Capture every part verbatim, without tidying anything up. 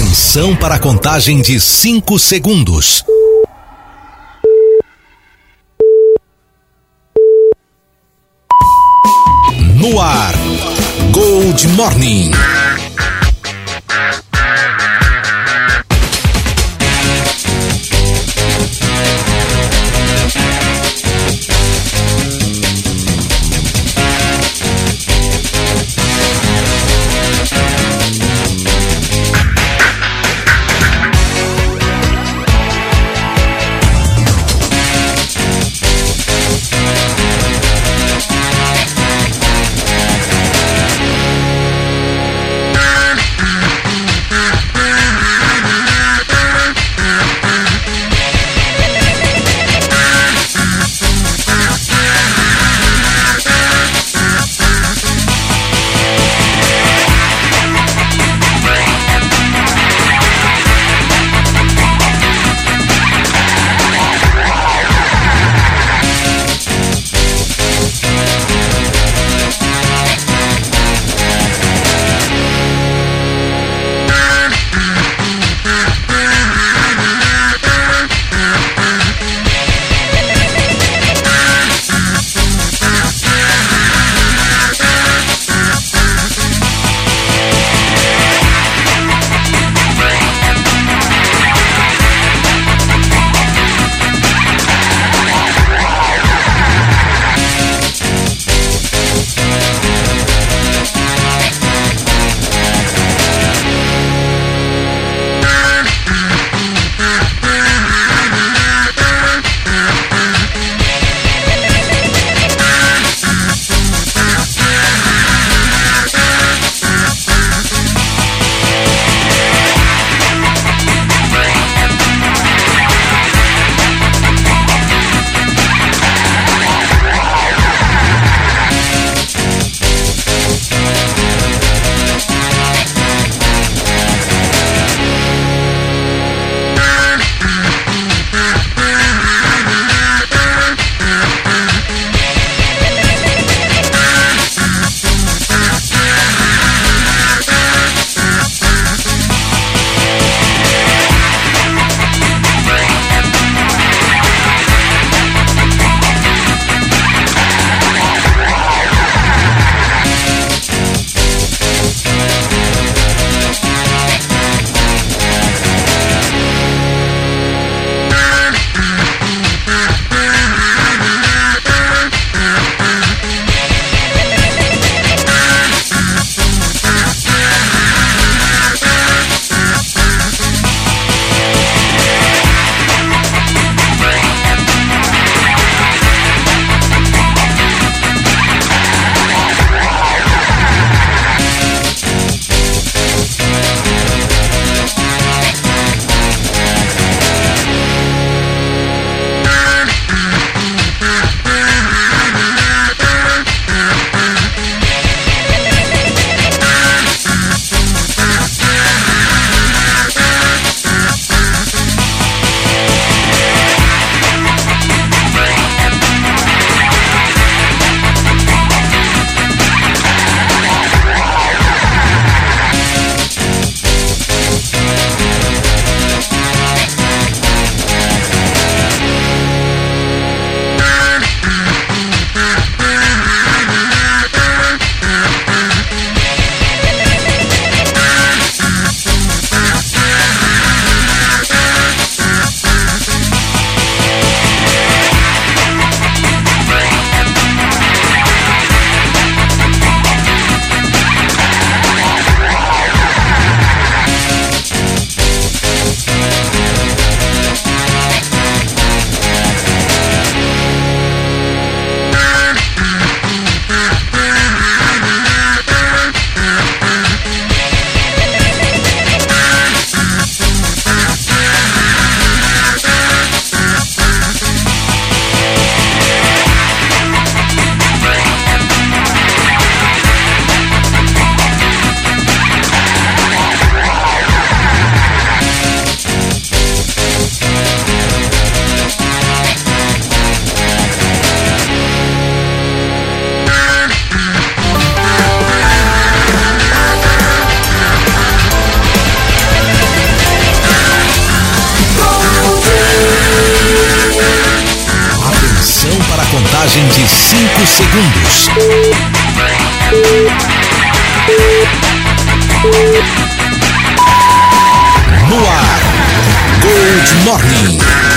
Atenção para a contagem de cinco segundos. No ar, Gold Morning. cinco segundos. No ar, Gold Morning.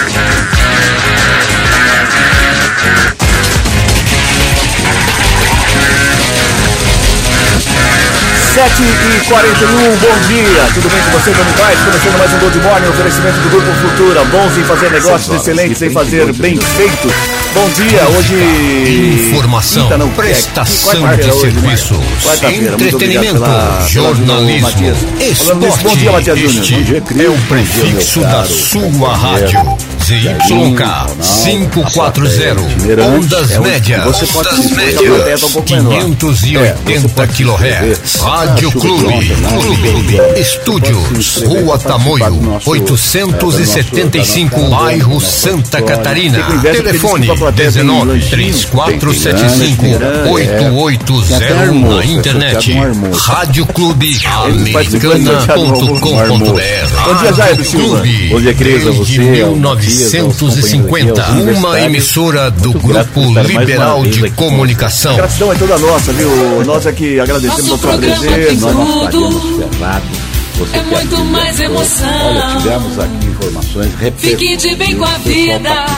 sete e quarenta e um, bom dia, tudo bem com você, Dani Paz? Começando mais um Gold Morning, oferecimento do Grupo Futura, bons em fazer negócios excelentes, em fazer bem feito. Bom dia, hoje... Informação, Quinta, não, prestação é, de hoje, serviços, entretenimento, pela, jornalismo, pela esporte. Bom dia, Matias Este é o prefixo da sua rádio. Z Y K quinhentos e quarenta, ondas médias, ondas médias, quinhentos e oitenta quilohertz, Rádio Clube, Clube, Estúdios, Rua Tamoio, oitocentos e setenta e cinco, bairro Santa Catarina, telefone dezenove, três quatro sete cinco, oito oito zero um, na internet, rádio clube americana ponto com ponto b r. Bom dia, Jair Silva. Bom dia, Cris, a você. mil novecentos e cinquenta, uma emissora do Grupo Liberal de Comunicação. A gratidão é toda nossa, viu? Nós aqui agradecemos a sua presença. Nós estaríamos ferrados. Você é muito aqui, mais emoção. Olha, tivemos aqui informações. Fique de bem com a vida. Tá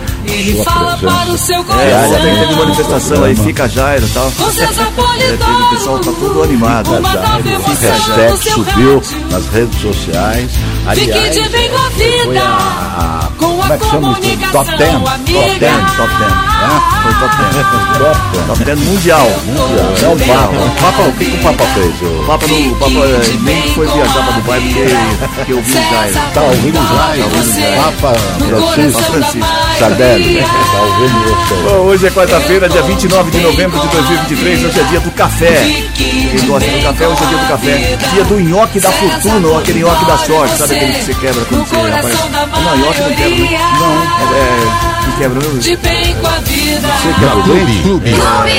Ele fala presença. Para o seu coração. É, ontem teve manifestação aí, fica Jairo e tal. Com seus É, teve, o pessoal tá tudo animado. Uma nova emoção Hashtag no seu subiu rádio. nas redes sociais. Fique Aliás, de bem com a foi vida. a, Com como a é que chama isso? comunicação, Top dez. Top amiga. dez. Top dez, né? Foi top dez. Top dez. Top dez mundial. É um Papa. O Papa, o que, que o Papa fez? O Papa, no, o Papa eh, nem foi viajar para Dubai porque, porque eu vi o Jairo. Tá ouvindo já? Tá ouvindo já? Papa Francisco Francisco. Sardelli. Tá ouvindo você? Bom, hoje é quarta-feira, dia vinte e nove de novembro de dois mil e vinte e três. Hoje é dia do café. Quem gosta do café, hoje é dia do café. Dia do nhoque da fortuna, ou aquele nhoque da sorte. Sabe aquele que você quebra quando você aparece? Não, nhoque não quebra, né? Não, é, é que quebra, não. De bem com a vida. Clube, Clube,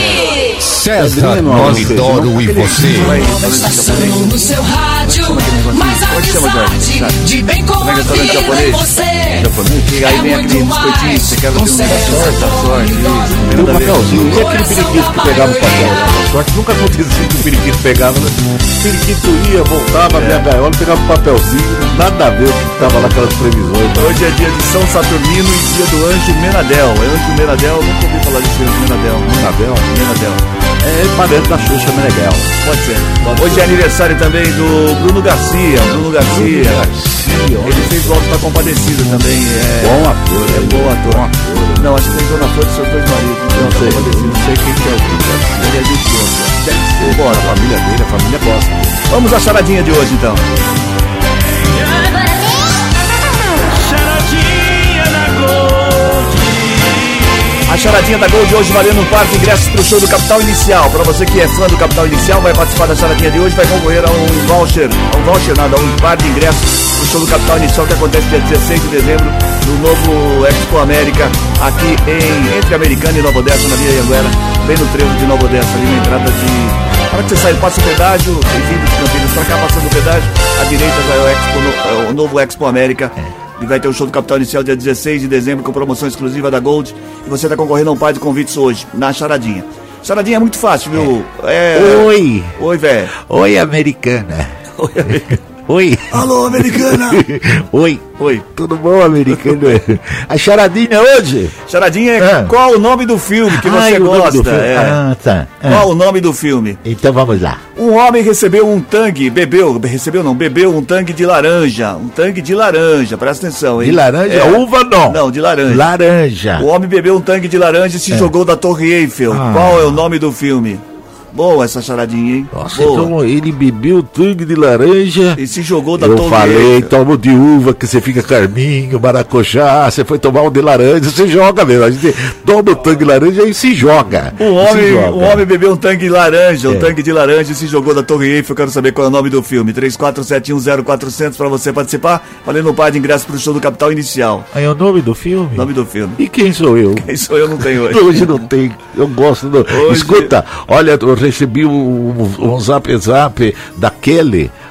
César, Polidoro e você. Estação no seu rádio. Mais amizade. De bem com a Restaurante vida. japonês. Você Japonês, que aí vem aquele biscoitinho, você quebra tem um negócio da sorte. E o papelzinho, e aquele periquito que pegava o papel da sorte? Nunca acontecia que o periquito pegava, né? O periquito ia, voltava, abria a gaiola, pegava o papelzinho, nada a ver o que estava lá aquelas previsões. Hoje é dia de São Saturnino e dia do Anjo Menadel. É Anjo Menadel, nunca ouvi falar desse Anjo Menadel. Menadel? Menadel. É parente da Xuxa Meneghel. Pode ser. Hoje é aniversário também do Bruno Garcia. Bruno Garcia. Ele fez o Alto da Compadecida também. É Bom ator, é bom ator. Não, acho que tem Dona Flor de seus dois maridos. Não sei, não sei quem que é o Bruno. Ele é gente boa. Deve ser. Bora, a família dele, a família gosta. Vamos à charadinha de hoje então. A charadinha da Gold de hoje valendo um par de ingressos para o show do Capital Inicial. Para você que é fã do Capital Inicial, vai participar da charadinha de hoje, vai concorrer a um voucher, a um voucher nada, a um par de ingressos para o show do Capital Inicial que acontece dia dezesseis de dezembro no novo Expo América, aqui em, entre Americana e Nova Odessa, na Via Anguera, bem no trevo de Nova Odessa, ali na entrada de... Na hora que você sai, passa o pedágio, vindo de Campinas para cá, passando o pedágio, à direita já é o, Expo, no, é o novo Expo América. E vai ter o show do Capital Inicial dia dezesseis de dezembro com promoção exclusiva da Gold. E você está concorrendo a um par de convites hoje, na charadinha. Charadinha é muito fácil, viu? É... Oi! Oi, velho. Oi, americana. Oi, americana. Oi. Alô, americana. Oi. Oi. Tudo bom, americano? A charadinha hoje? Charadinha é Ah. qual o nome do filme que você Ai, o nome gosta? do filme. É. Ah, tá. Ah. Qual o nome do filme? Então vamos lá. Um homem recebeu um tangue, bebeu, recebeu não, bebeu um tangue de laranja. Um tangue de laranja, presta atenção, hein? De laranja? É. Uva não. Não, de laranja. Laranja. O homem bebeu um tangue de laranja e se jogou da Torre Eiffel. Ah. Qual é o nome do filme? Boa essa charadinha, hein? Nossa, Boa. então ele bebeu tangue de laranja. E se jogou da Eu Torre falei, Eiffel. toma de uva que você fica carminho, maracujá, você foi tomar um de laranja, você joga mesmo. A gente toma o tangue de laranja e se joga. Um homem, Se joga. um homem bebeu um tangue de laranja, um É. tangue de laranja e se jogou da Torre Eiffel. Eu quero saber qual é o nome do filme. três quatro sete um zero quatro zero zero para você participar. Valendo um par de ingressos pro show do Capital Inicial. Aí é o nome do filme? Nome do filme. E quem sou eu? Isso eu não tenho hoje. Hoje não tem, eu gosto do... Hoje- Escuta, olha, eu recebi um, um zap zap daquele,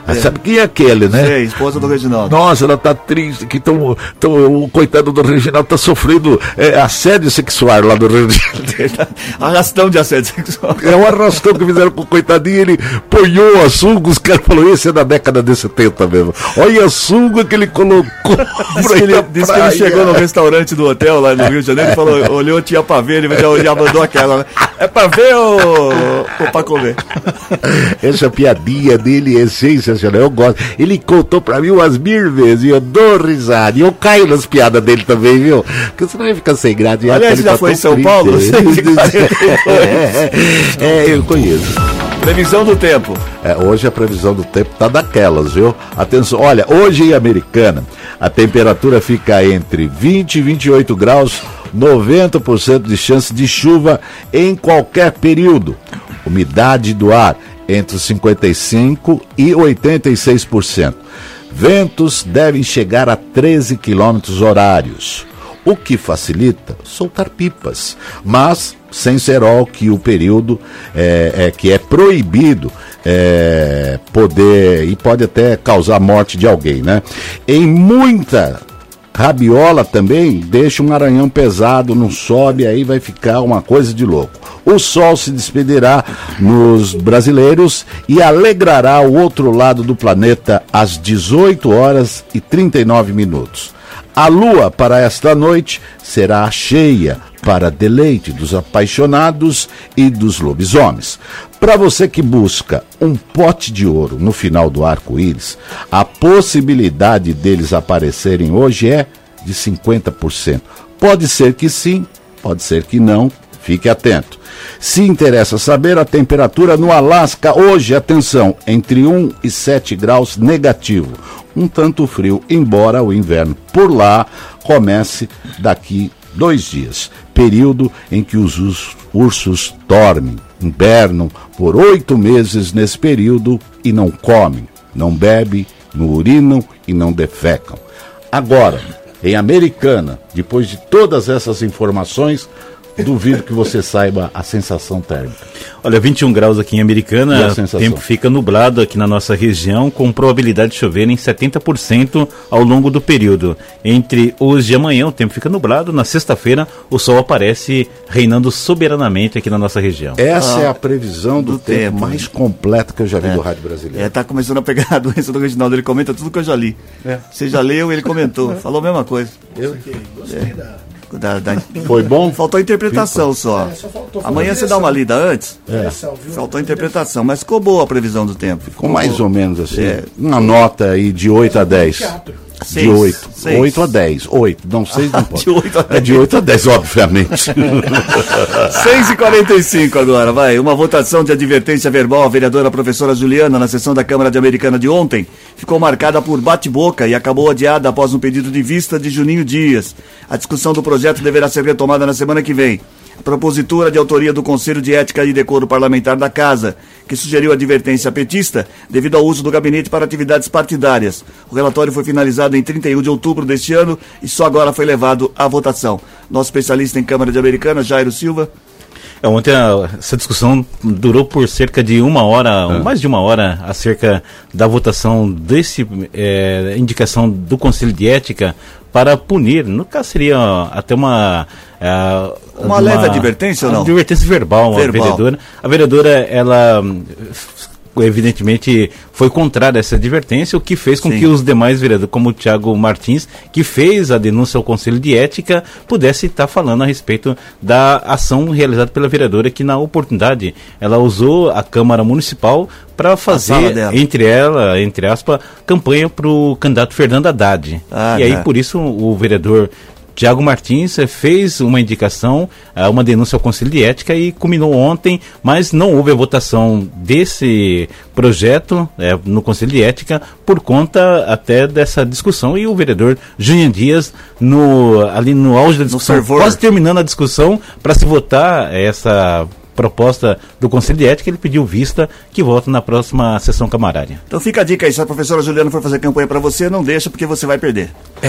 É. Sabe quem é aquele, né? Sei, esposa do Reginaldo. Nossa, ela tá triste, que tão, tão, o coitado do Reginaldo tá sofrendo é, assédio sexual lá do Reginaldo. Arrastão de assédio sexual. É um arrastão que fizeram com o coitadinho, ele ponhou a sunga, os caras falaram, esse é da década de setenta mesmo. Olha a sunga que ele colocou. Diz que ele, diz que ele chegou no restaurante do hotel lá no Rio de Janeiro e falou, olhou, tinha pra ver, ele já, já mandou aquela, né? É pra ver ou, ou pra comer? Essa piadinha dele é sensacional, eu gosto. Ele contou pra mim umas mil vezes e eu dou risada. E eu caio nas piadas dele também, viu? Porque você não vai ficar sem graça. Aliás, você já foi em São triste. Paulo? é, é, eu conheço. Previsão do tempo. É, hoje a previsão do tempo tá daquelas, viu? Atenção, olha, hoje em Americana, a temperatura fica entre vinte e vinte e oito graus, noventa por cento de chance de chuva em qualquer período. Umidade do ar entre cinquenta e cinco por cento e oitenta e seis por cento. Ventos devem chegar a treze quilômetros horários, o que facilita soltar pipas, mas sem cerol, que o período é, é, que é proibido é, poder, e pode até causar morte de alguém, né? Em muita rabiola também deixa um aranhão pesado, não sobe, aí vai ficar uma coisa de louco. O sol se despedirá nos brasileiros e alegrará o outro lado do planeta às dezoito horas e trinta e nove minutos. A lua para esta noite será cheia para deleite dos apaixonados e dos lobisomens. Para você que busca um pote de ouro no final do arco-íris, a possibilidade deles aparecerem hoje é de cinquenta por cento. Pode ser que sim, pode ser que não, fique atento. Se interessa saber a temperatura no Alasca hoje, atenção, entre um e sete graus negativo. Um tanto frio, embora o inverno por lá comece daqui dois dias. Período em que os ursos dormem, hibernam por oito meses nesse período e não comem, não bebem, não urinam e não defecam. Agora, em Americana, depois de todas essas informações, duvido que você saiba a sensação térmica. Olha, vinte e um graus aqui em Americana, o tempo fica nublado aqui na nossa região, com probabilidade de chover em setenta por cento ao longo do período. Entre hoje e amanhã o tempo fica nublado, na sexta-feira o sol aparece reinando soberanamente aqui na nossa região. Essa ah, é a previsão do, do tempo, tempo mais completa que eu já vi é. do Rádio Brasileiro. É, tá começando a pegar a doença do Reginaldo, ele comenta tudo que eu já li. É. Você já leu, ele comentou, falou a mesma coisa. Eu gostei é. da... Da, da... Foi bom? Faltou a interpretação só. É, só faltou, Amanhã você dá uma lida antes? É. Faltou a interpretação, mas ficou boa a previsão do tempo. Ficou, ficou mais boa. Ou menos assim. É. Uma nota aí de oito a dez. De oito. oito a dez. oito. Não, seis não pode. De oito a dez. É de oito a dez, obviamente. seis e quarenta e cinco agora, vai. Uma votação de advertência verbal à vereadora professora Juliana na sessão da Câmara de Americana de ontem ficou marcada por bate-boca e acabou adiada após um pedido de vista de Juninho Dias. A discussão do projeto deverá ser retomada na semana que vem. A propositura de autoria do Conselho de Ética e Decoro Parlamentar da Casa, que sugeriu advertência petista devido ao uso do gabinete para atividades partidárias. O relatório foi finalizado em trinta e um de outubro deste ano e só agora foi levado à votação. Nosso especialista em Câmara de Americana, Jairo Silva. É, ontem a, essa discussão durou por cerca de uma hora, é. mais de uma hora, acerca da votação desse é, indicação do Conselho de Ética para punir, no caso seria até uma... É, uma, uma leve advertência ou não? Advertência verbal, verbal. A vereadora. A vereadora, ela... evidentemente foi contrária a essa advertência, o que fez com Sim. que os demais vereadores, como o Thiago Martins, que fez a denúncia ao Conselho de Ética, pudesse estar falando a respeito da ação realizada pela vereadora, que na oportunidade ela usou a Câmara Municipal para fazer, entre ela, entre aspas, campanha para o candidato Fernando Haddad. Ah, e aí, né? Por isso, o vereador Thiago Martins fez uma indicação, uma denúncia ao Conselho de Ética e culminou ontem, mas não houve a votação desse projeto é, no Conselho de Ética por conta até dessa discussão, e o vereador Juninho Dias, no, ali no auge da discussão, quase terminando a discussão para se votar essa proposta do Conselho de Ética, ele pediu vista que volta na próxima sessão camarária. Então fica a dica aí, se a professora Juliana for fazer campanha para você, não deixa, porque você vai perder.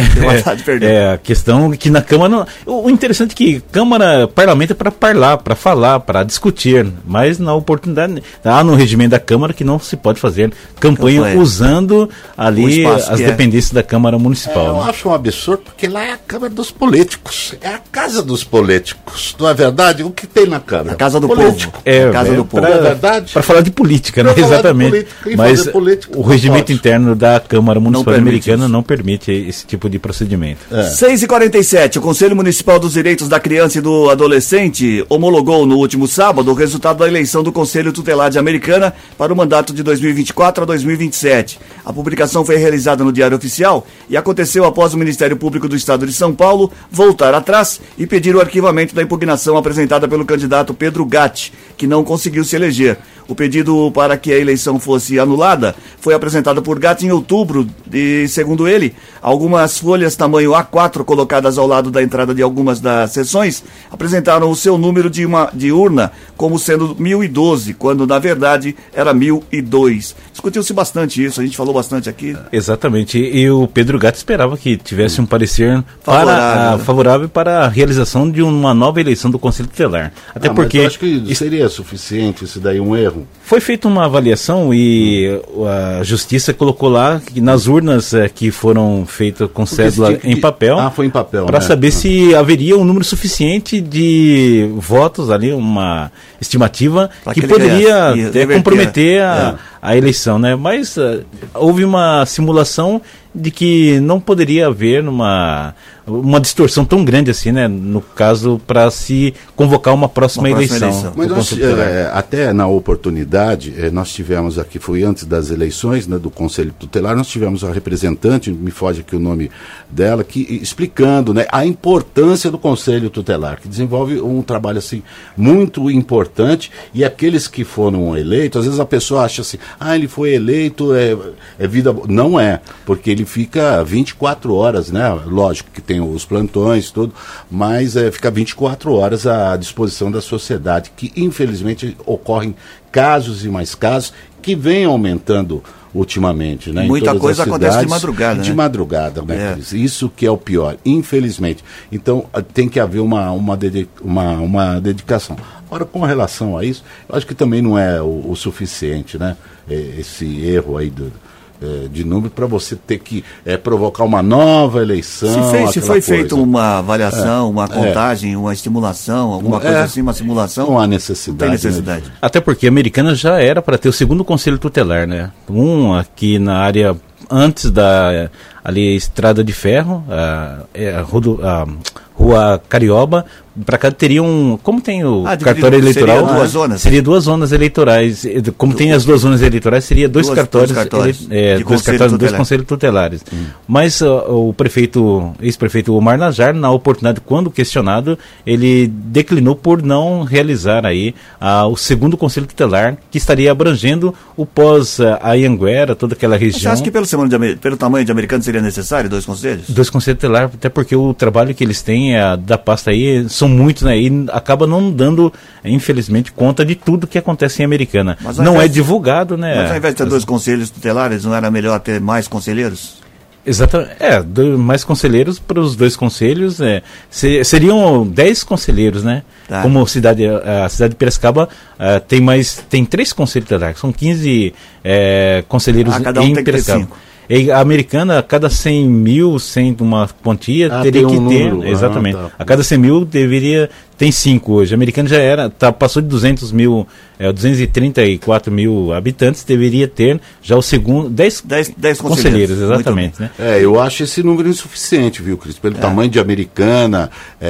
É, de perder. É, a questão que na Câmara... Não, o interessante é que Câmara, Parlamento é para falar, para falar, para discutir, mas na oportunidade, há no regimento da Câmara que não se pode fazer campanha, campanha. usando ali as dependências é. da Câmara Municipal. É, eu né? acho um absurdo, porque lá é a Câmara dos políticos, é a casa dos políticos, não é verdade? O que tem na Câmara? A casa do político. povo. É, a casa é, do povo. Pra, é verdade? Para falar de política, né? Exatamente. Mas política, o regimento pode. interno da Câmara Municipal Americana não permite esse tipo de procedimento. É. seis e quarenta e sete, o Conselho Municipal dos Direitos da Criança e do Adolescente homologou no último sábado o resultado da eleição do Conselho Tutelar de Americana para o mandato de dois mil e vinte e quatro a dois mil e vinte e sete. A publicação foi realizada no Diário Oficial e aconteceu após o Ministério Público do Estado de São Paulo voltar atrás e pedir o arquivamento da impugnação apresentada pelo candidato Pedro Gatti, que não conseguiu se eleger. O pedido para que a eleição fosse anulada foi apresentado por Gatti em outubro e, segundo ele, algumas folhas tamanho A quatro colocadas ao lado da entrada de algumas das sessões apresentaram o seu número de, uma, de urna como sendo mil e doze, quando na verdade era mil e dois. Discutiu-se bastante isso, a gente falou bastante aqui. Exatamente, e o Pedro Gatti esperava que tivesse um parecer favorável, para, a, favorável para a realização de uma nova eleição do Conselho Tutelar. Até ah, porque... eu acho que seria suficiente isso daí, um erro. Foi feita uma avaliação e a Justiça colocou lá que nas urnas é, que foram feitas com porque cédula que... em papel, ah, foi em papel, para né? saber ah. se haveria um número suficiente de votos ali, uma estimativa pra que, que poderia até comprometer a, é. a eleição, né? Mas uh, houve uma simulação de que não poderia haver uma, uma distorção tão grande assim, né? No caso, para se convocar uma próxima, uma próxima eleição. eleição. Mas nós, é, até na oportunidade, é, nós tivemos aqui, foi antes das eleições, né, do Conselho Tutelar, nós tivemos a representante, me foge aqui o nome dela, que, explicando, né, a importância do Conselho Tutelar, que desenvolve um trabalho assim muito importante, e aqueles que foram eleitos, às vezes a pessoa acha assim, ah, ele foi eleito, é, é vida... Não é, porque ele fica vinte e quatro horas, né? Lógico que tem os plantões, tudo, mas é, fica vinte e quatro horas à disposição da sociedade, que infelizmente ocorrem casos e mais casos que vêm aumentando ultimamente, né? Muita coisa acontece de madrugada, de né? madrugada, né, é. Cris? Isso que é o pior, infelizmente. Então tem que haver uma, uma, dedi- uma, uma dedicação. Agora, com relação a isso, eu acho que também não é o, o suficiente, né? Esse erro aí do de número para você ter que é, provocar uma nova eleição. Se, fez, se foi feita uma avaliação, é, uma contagem, é. uma estimulação, alguma coisa é, assim, uma simulação. Não há necessidade. Não tem necessidade. Né? Até porque a Americana já era para ter o segundo Conselho Tutelar, né? Um aqui na área antes da ali Estrada de Ferro, a, a, a Rua Carioba, para cá teria um, como tem o ah, cartório eleitoral, seria duas zonas, seria duas zonas eleitorais, como do, tem as duas zonas eleitorais, seria dois duas, cartórios, dois cartórios, ele, é, dois, cartórios dois conselhos tutelares. Hum. Mas uh, o prefeito, ex-prefeito Omar Najar, na oportunidade, quando questionado, ele declinou por não realizar aí uh, o segundo conselho tutelar, que estaria abrangendo o pós-Anhanguera, uh, toda aquela região. Você acha que pelo, de, pelo tamanho de Americana seria necessário dois conselhos? Dois conselhos tutelares, até porque o trabalho que eles têm uh, da pasta aí são muitos, né? E acaba não dando, infelizmente, conta de tudo que acontece em Americana. Não é divulgado, né? Mas ao invés de ter dois conselhos tutelares, não era melhor ter mais conselheiros? Exatamente. É, dois, mais conselheiros para os dois conselhos. É, se, seriam dez conselheiros, né? Tá. Como cidade, a cidade de Piracicaba uh, tem mais, tem três conselhos tutelares, são quinze é, conselheiros ah, cada um em tem Piracicaba. Que ter cinco. E a Americana, a cada cem mil, sem uma quantia, ah, teria que um ter. Número. Exatamente. Ah, tá. A cada cem mil deveria. Tem cinco hoje. A Americana já era, tá, passou de duzentos mil, é, duzentos e trinta e quatro mil habitantes, deveria ter já o segundo. dez conselheiros, conselheiros, exatamente. Né? É, eu acho esse número insuficiente, viu, Cris? Pelo é. tamanho de Americana,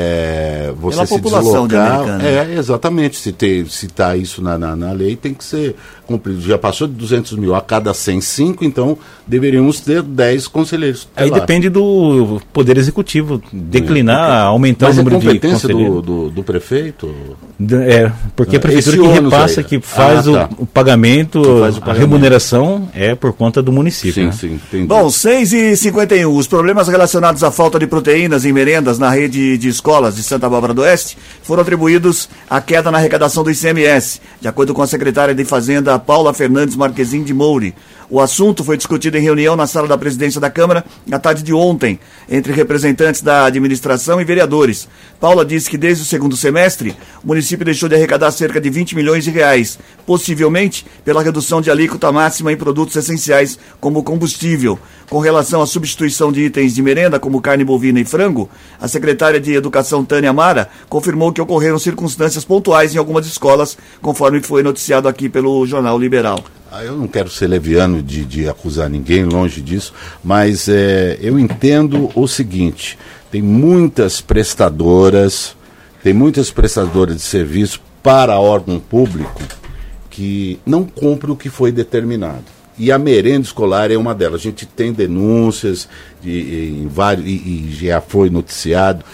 é, você Pela se população deslocar. De Americana. É, exatamente. Se está se tá isso na, na, na lei, tem que ser cumprido. Já passou de duzentos mil a cada cem, cinco, então deveríamos ter dez conselheiros. Aí lá. Depende do Poder Executivo declinar, é, aumentar Mas o número de conselheiros. Mas é competência do, do, do do prefeito? É, porque a prefeitura que repassa, aí. que faz, ah, tá. o, o, pagamento, faz o pagamento, a remuneração é por conta do município. Sim, né? sim, entendi. Bom, seis e cinquenta e um, os problemas relacionados à falta de proteínas em merendas na rede de escolas de Santa Bárbara do Oeste foram atribuídos à queda na arrecadação do I C M S, de acordo com a secretária de Fazenda, Paula Fernandes Marquezin de Moure. O assunto foi discutido em reunião na sala da presidência da Câmara na tarde de ontem, entre representantes da administração e vereadores. Paula disse que desde o segundo semestre, o município deixou de arrecadar cerca de vinte milhões de reais, possivelmente pela redução de alíquota máxima em produtos essenciais como combustível. Com relação à substituição de itens de merenda, como carne bovina e frango, a secretária de Educação, Tânia Mara, confirmou que ocorreram circunstâncias pontuais em algumas escolas, conforme foi noticiado aqui pelo Jornal Liberal. Ah, eu não quero ser leviano de, de acusar ninguém, longe disso, mas é, eu entendo o seguinte, tem muitas prestadoras, tem muitas prestadoras de serviço para órgão público que não cumprem o que foi determinado. E a merenda escolar é uma delas. A gente tem denúncias de, em vários, e, e já foi noticiado,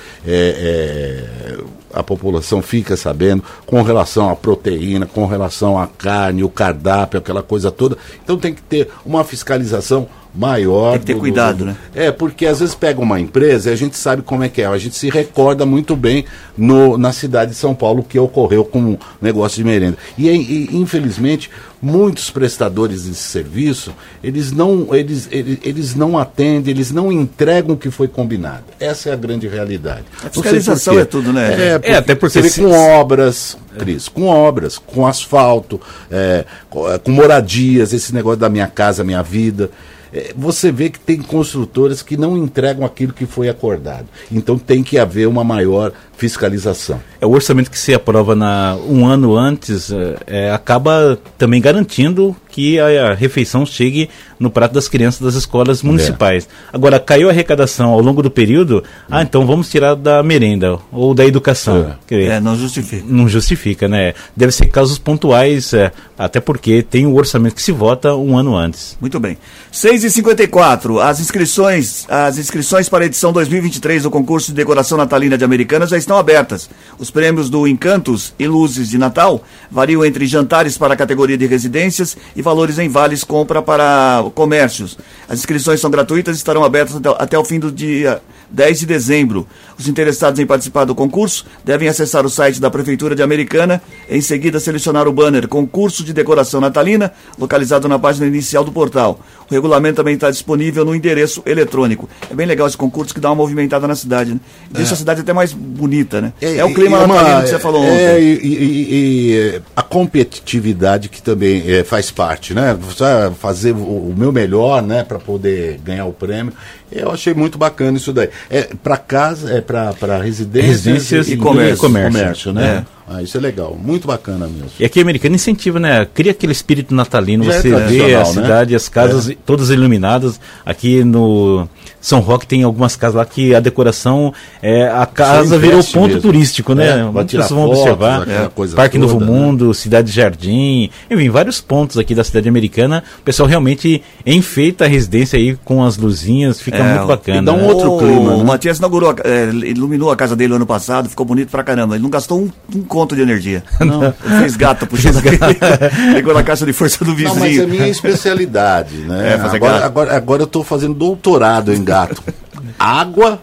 é, é, a população fica sabendo com relação à proteína, com relação à carne, o cardápio, aquela coisa toda. Então tem que ter uma fiscalização maior. Tem que ter do, cuidado, do, do, né? É, porque às vezes pega uma empresa e a gente sabe como é que é. A gente se recorda muito bem no, na cidade de São Paulo o que ocorreu com um negócio de merenda. E, e infelizmente, muitos prestadores de serviço, eles não, eles, eles, eles não atendem, eles não entregam o que foi combinado. Essa é a grande realidade. A fiscalização é tudo, né? É, porque, é até porque você vê com obras, Cris, com obras, com asfalto, é, com, com moradias, esse negócio da minha casa, minha vida. É, você vê que tem construtoras que não entregam aquilo que foi acordado. Então tem que haver uma maior fiscalização. É, o orçamento que se aprova na, um ano antes é, acaba também garantindo que a, a refeição chegue no prato das crianças das escolas municipais. É. Agora, caiu a arrecadação ao longo do período, hum. ah, então vamos tirar da merenda ou da educação. É, dizer, é não justifica. Não justifica, né? Deve ser casos pontuais, é, até porque tem o orçamento que se vota um ano antes. Muito bem. seis e cinquenta e quatro, as inscrições, as inscrições para a edição dois mil e vinte e três do concurso de decoração natalina de Americana já estão abertas. Os prêmios do Encantos e Luzes de Natal variam entre jantares para a categoria de residências e valores em vales compra para comércios. As inscrições são gratuitas e estarão abertas até, até o fim do dia dez de dezembro. Os interessados em participar do concurso devem acessar o site da Prefeitura de Americana, em seguida selecionar o banner Concurso de Decoração Natalina, localizado na página inicial do portal. O regulamento também está disponível no endereço eletrônico. É bem legal esse concurso que dá uma movimentada na cidade, né? Deixa é. a cidade até mais bonita, né? É, é o clima natalino uma, que você falou é, ontem. E, e, e a competitividade que também é, faz parte, né? Fazer o, o meu melhor, né, para poder ganhar o prêmio. Eu achei muito bacana isso daí. É para casa, é para residências, residências e, e comércio, comércio, comércio né? É. Ah, isso é legal, muito bacana mesmo. E aqui a Americana incentiva, né? Cria aquele espírito natalino, já você é vê a cidade, né? As casas é. todas iluminadas. Aqui no São Roque tem algumas casas lá que a decoração, é, a casa virou ponto mesmo. turístico, né? É, Muitas pessoas vão observar. É, Parque toda, Novo né? Mundo, Cidade Jardim, enfim, vários pontos aqui da cidade americana. O pessoal realmente enfeita a residência aí com as luzinhas, fica é, muito bacana. E dá um né? outro o, clima. Né? O Matias inaugurou, é, iluminou a casa dele no ano passado, ficou bonito pra caramba. Ele não gastou um, um conto de energia. Não. Ele fez gato puxando aquele, pegou na caixa de força do vizinho. Não, mas é minha especialidade, né? É, fazer agora, gato. Agora, agora eu tô fazendo doutorado em gato. Água,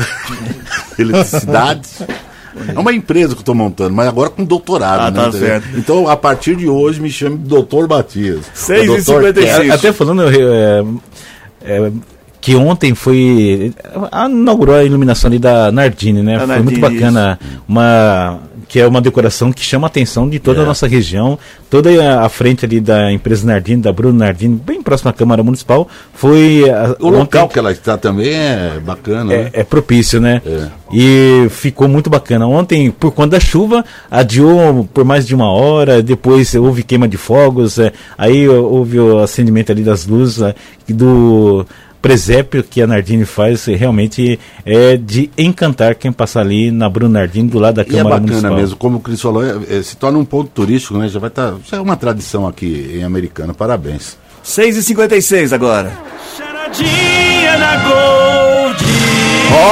eletricidade. É uma empresa que eu estou montando, mas agora com doutorado. Ah, né? tá certo. Então, a partir de hoje, me chame de doutor Matias. seis e cinquenta e seis. Até falando... É, é, que ontem foi... inaugurou a iluminação ali da Nardini, né? A foi Nardini, muito bacana. Isso. Uma... que é uma decoração que chama a atenção de toda é. a nossa região. Toda a frente ali da empresa Nardini, da Bruno Nardini, bem próximo à Câmara Municipal, foi... A, o ontem, local que ela está também é bacana, é, né? É propício, né? É. E ficou muito bacana. Ontem, por conta da chuva, adiou por mais de uma hora, depois houve queima de fogos, é, aí houve o acendimento ali das luzes é, do... presépio que a Nardini faz realmente é de encantar quem passar ali na Bruno Nardini, do lado da Câmara Municipal. E é bacana mesmo, como o Cris falou, é, é, se torna um ponto turístico, né? Já vai estar, tá, já é uma tradição aqui em Americana, parabéns. seis e cinquenta e seis agora. Charadinha na Gold.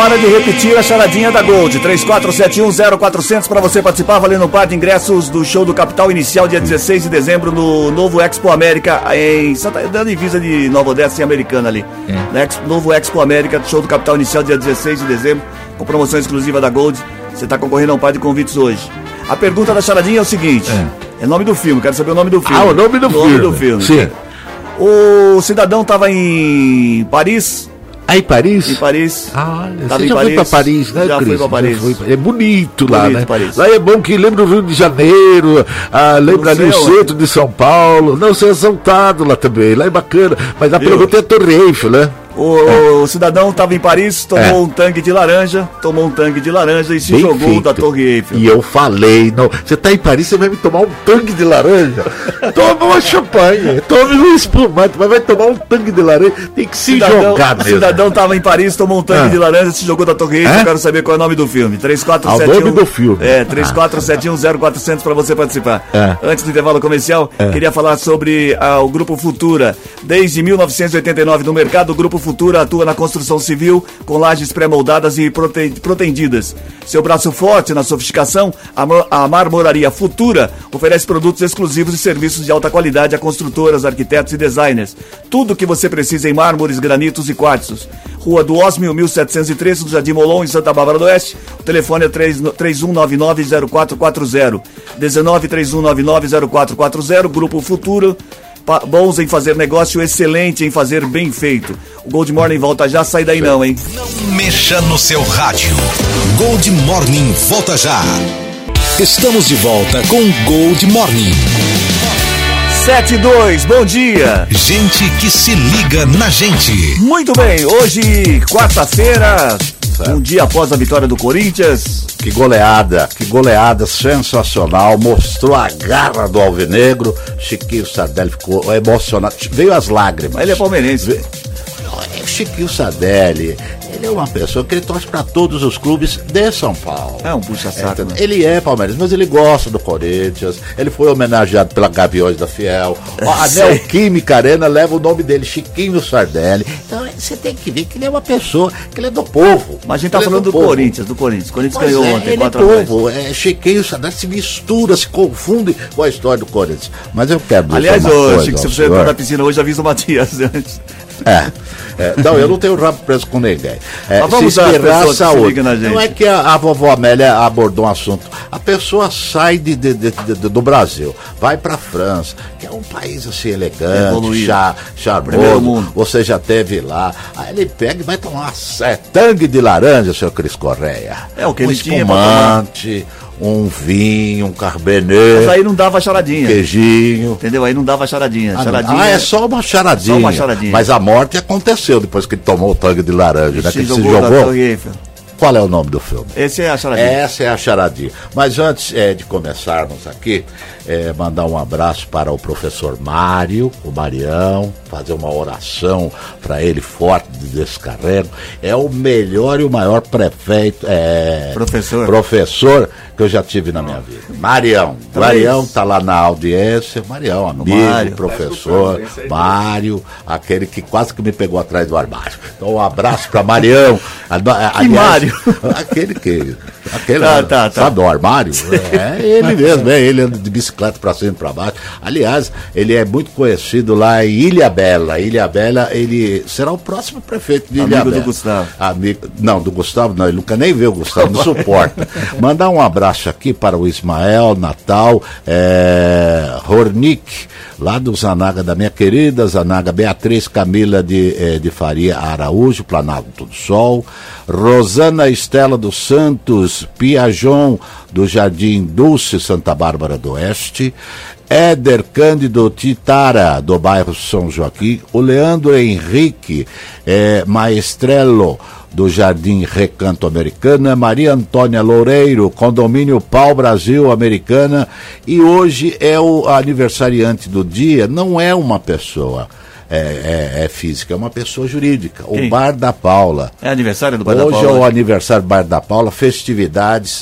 hora de repetir a charadinha da Gold. três quatro sete um zero quatro zero zero para você participar, valendo um par de ingressos do show do Capital Inicial, dia dezesseis de dezembro, no Novo Expo América, em Santa, na divisa de Nova Odessa e Americana ali. É. Expo, Novo Expo América, show do Capital Inicial, dia dezesseis de dezembro, com promoção exclusiva da Gold. Você está concorrendo a um par de convites hoje. A pergunta da charadinha é o seguinte: é o nome do filme, quero saber o nome do filme. Ah, o nome do nome filme. do filme. Sim. O cidadão estava em Paris. Ah, em Paris? Em Paris. Ah, Tava você em já Paris. foi pra Paris, né, Já Cris? fui pra Paris. Já foi. É bonito, Bonito lá, né? Paris. Lá é bom que lembra o Rio de Janeiro, ah, lembra ali o centro de São Paulo. Não, você é exaltado lá também, lá é bacana. Mas a pergunta é a Torre Eiffel, né? O, é. o cidadão estava em Paris, tomou é. um tanque de laranja, tomou um tanque de laranja e se Bem jogou feito. da Torre Eiffel. E eu falei, não, você está em Paris, você vai me tomar um tanque de laranja? Toma uma champanhe, tome um espumante, mas vai tomar um tanque de laranja, tem que se cidadão, jogar mesmo. O cidadão estava em Paris, tomou um tanque ah. de laranja, se jogou da Torre Eiffel. É? Eu quero saber qual é o nome do filme. três quatro sete um, ah, o nome do filme. É, três quatro sete um zero quatro zero zero para você participar. É. Antes do intervalo comercial, é. queria falar sobre ah, o Grupo Futura. Desde mil novecentos e oitenta e nove no mercado, o Grupo Futura atua na construção civil com lajes pré-moldadas e prote... protendidas. Seu braço forte na sofisticação, a, Mar... a Marmoraria Futura oferece produtos exclusivos e serviços de alta qualidade a construtoras, arquitetos e designers. Tudo o que você precisa em mármores, granitos e quartzos. Rua do Osmio, mil setecentos e treze, do Jardim Molon, em Santa Bárbara do Oeste. O telefone é três um nove nove zero quatro quatro zero. dezenove, três um nove nove zero quatro quatro zero. Grupo Futuro. Bons em fazer negócio, excelente em fazer bem feito. O Gold Morning volta já, sai daí não, hein? Não mexa no seu rádio. Gold Morning volta já. Estamos de volta com Gold Morning. sete e dois, bom dia. Gente que se liga na gente. Muito bem, hoje, quarta-feira, um dia após a vitória do Corinthians. Que goleada, que goleada sensacional, mostrou a garra do Alvinegro. Chiquinho Sardelli ficou emocionado, veio as lágrimas. Ele é palmeirense. Ve... Chiquinho Sardelli, ele é uma pessoa que ele torce para todos os clubes de São Paulo. É um puxa-saco. É, né? Ele é palmeirense, mas ele gosta do Corinthians. Ele foi homenageado pela Gaviões da Fiel. A Neoquímica Arena leva o nome dele, Chiquinho Sardelli. Então você tem que ver que ele é uma pessoa, que ele é do povo. Mas a gente tá ele falando é do, do Corinthians, do Corinthians. O Corinthians Mas ganhou é, ontem, ele quatro é a dois. povo, é Chiquinho Sardelli, se mistura, se confunde com a história do Corinthians. Mas eu quero dizer Aliás, uma hoje, coisa, que se você senhor. entrar na piscina hoje, avisa o Matias antes. É, é, não, eu não tenho rabo preso com ninguém. É, Mas vamos se às esperar a pessoas que se saúde. ligam na gente. Não é que a, a vovó Amélia abordou um assunto. A pessoa sai de, de, de, de, do Brasil, vai pra França, que é um país assim elegante, chá, charmoso. Você já teve lá. Aí ele pega e vai tomar é, tangue de laranja, seu Cris Correia. É o que um ele tinha pra espumante, um vinho, um carbenet. Mas aí não dava charadinha. Queijinho. Entendeu? Aí não dava charadinha. Ah, charadinha ah, é só uma charadinha. Só uma charadinha. Mas a morte aconteceu depois que ele tomou o tangue de laranja, né? Se Que ele se jogou da jogou. Torre Eiffel. Qual é o nome do filme? Esse é a charadinha. Essa é a charadinha. Mas antes é, de começarmos aqui, é, mandar um abraço para o professor Mário, o Marião, fazer uma oração para ele forte de descarrego. É o melhor e o maior prefeito, é, professor. professor que eu já tive na minha vida. Marião. Então Marião é está lá na audiência. Marião, amigo, Mário. professor, Mário, aquele que quase que me pegou atrás do armário. Então um abraço para Marião. Que Mário? Aquele que. Aquele tá, tá, tá. sabe do armário? É ele mesmo, é ele anda de bicicleta pra cima e pra baixo. Aliás, ele é muito conhecido lá em Ilhabela. Ilhabela, ele será o próximo prefeito de Ilhabela. Amigo do Gustavo. Amigo, não, do Gustavo não, ele nunca nem vê o Gustavo, não suporta. Mandar um abraço aqui para o Ismael, Natal, é, Hornick, lá do Zanaga, da minha querida Zanaga, Beatriz Camila de, eh, de Faria Araújo, Planalto do Sol, Rosana Estela dos Santos, Piajon, do Jardim Dulce, Santa Bárbara do Oeste, Éder Cândido Titara, do bairro São Joaquim, o Leandro Henrique eh, Maestrello, do Jardim Recanto Americana, Maria Antônia Loureiro, Condomínio Pau Brasil Americana, e hoje é o aniversariante do dia, não é uma pessoa é, é, é física, é uma pessoa jurídica, Quem? O Bar da Paula. É aniversário do Bar hoje da Paula? Hoje é o aniversário do Bar da Paula, festividades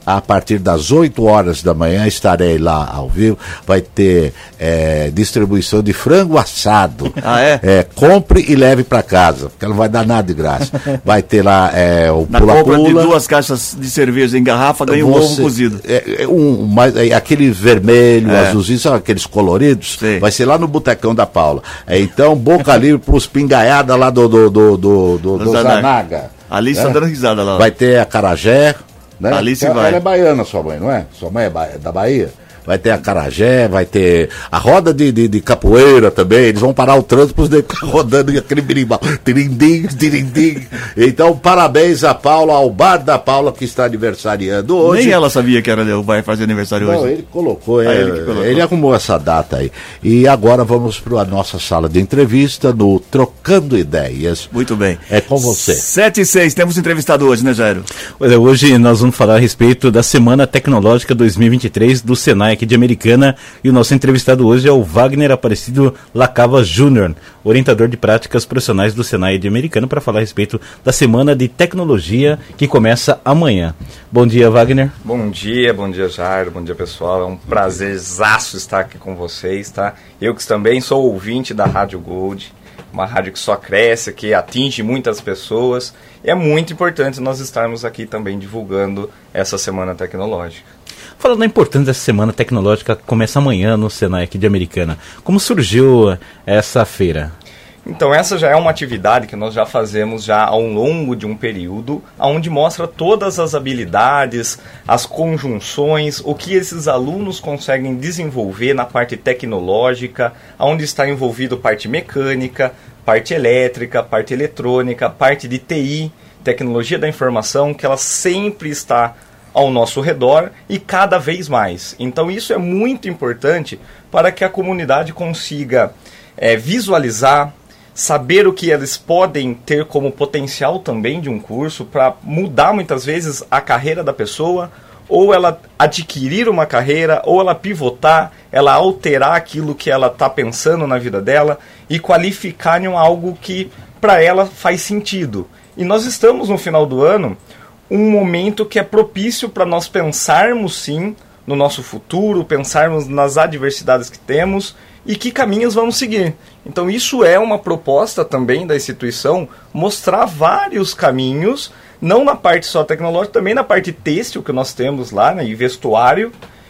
a partir das oito horas da manhã, estarei lá ao vivo. Vai ter é, distribuição de frango assado. Ah, é? É, compre e leve para casa, porque não vai dar nada de graça. Vai ter lá é, o Na pula-pula. compra de duas caixas de cerveja em garrafa, ganha um ovo cozido. É, é um, mas, é, aquele vermelho, É. azulzinho, sabe aqueles coloridos? Sim. Vai ser lá no Botecão da Paula. É, então, boca livre pros pingaiada lá do, do, do, do, do, do Zanaga. Zanaga. Ali É. está dando risada lá. Vai ter acarajé, né? Ali se ela, vai. ela é baiana, sua mãe, não é? Sua mãe é ba- da Bahia? Vai ter acarajé, vai ter a roda de, de, de capoeira também. Eles vão parar o trânsito para os negros ficar rodando aquele berimbau. Tirindim, tirindim. Então, parabéns a Paula, ao Bar da Paula, que está aniversariando hoje. Nem ela sabia que era eu, vai fazer aniversário Não, hoje. ele colocou, é, Ah, ele que colocou. ele arrumou essa data aí. E agora vamos para a nossa sala de entrevista no Trocando Ideias. Muito bem. É com você. sete e seis, temos entrevistado hoje, né, Jairo? Olha, hoje nós vamos falar a respeito da Semana Tecnológica dois mil e vinte e três do Senai aqui de Americana, e o nosso entrevistado hoje é o Wagner Aparecido Lacava Júnior, orientador de práticas profissionais do Senai de Americana, para falar a respeito da Semana de Tecnologia que começa amanhã. Bom dia, Wagner. Bom dia, bom dia, Jairo, bom dia, pessoal. É um prazerzaço estar aqui com vocês, tá? Eu que também sou ouvinte da Rádio Gold, uma rádio que só cresce, que atinge muitas pessoas. E é muito importante nós estarmos aqui também divulgando essa Semana Tecnológica. Falando da importância dessa Semana Tecnológica que começa amanhã no Senai aqui de Americana, como surgiu essa feira? Então essa já é uma atividade que nós já fazemos já ao longo de um período, onde mostra todas as habilidades, as conjunções, o que esses alunos conseguem desenvolver na parte tecnológica, onde está envolvido parte mecânica, parte elétrica, parte eletrônica, parte de T I, tecnologia da informação, que ela sempre está ao nosso redor e cada vez mais. Então isso é muito importante para que a comunidade consiga é, visualizar, saber o que eles podem ter como potencial também de um curso para mudar muitas vezes a carreira da pessoa, ou ela adquirir uma carreira, ou ela pivotar, ela alterar aquilo que ela está pensando na vida dela e qualificar em algo que para ela faz sentido. E nós estamos no final do ano um momento que é propício para nós pensarmos sim no nosso futuro, pensarmos nas adversidades que temos e que caminhos vamos seguir. Então isso é uma proposta também da instituição, mostrar vários caminhos, não na parte só tecnológica, também na parte têxtil que nós temos lá, né, e vestuário,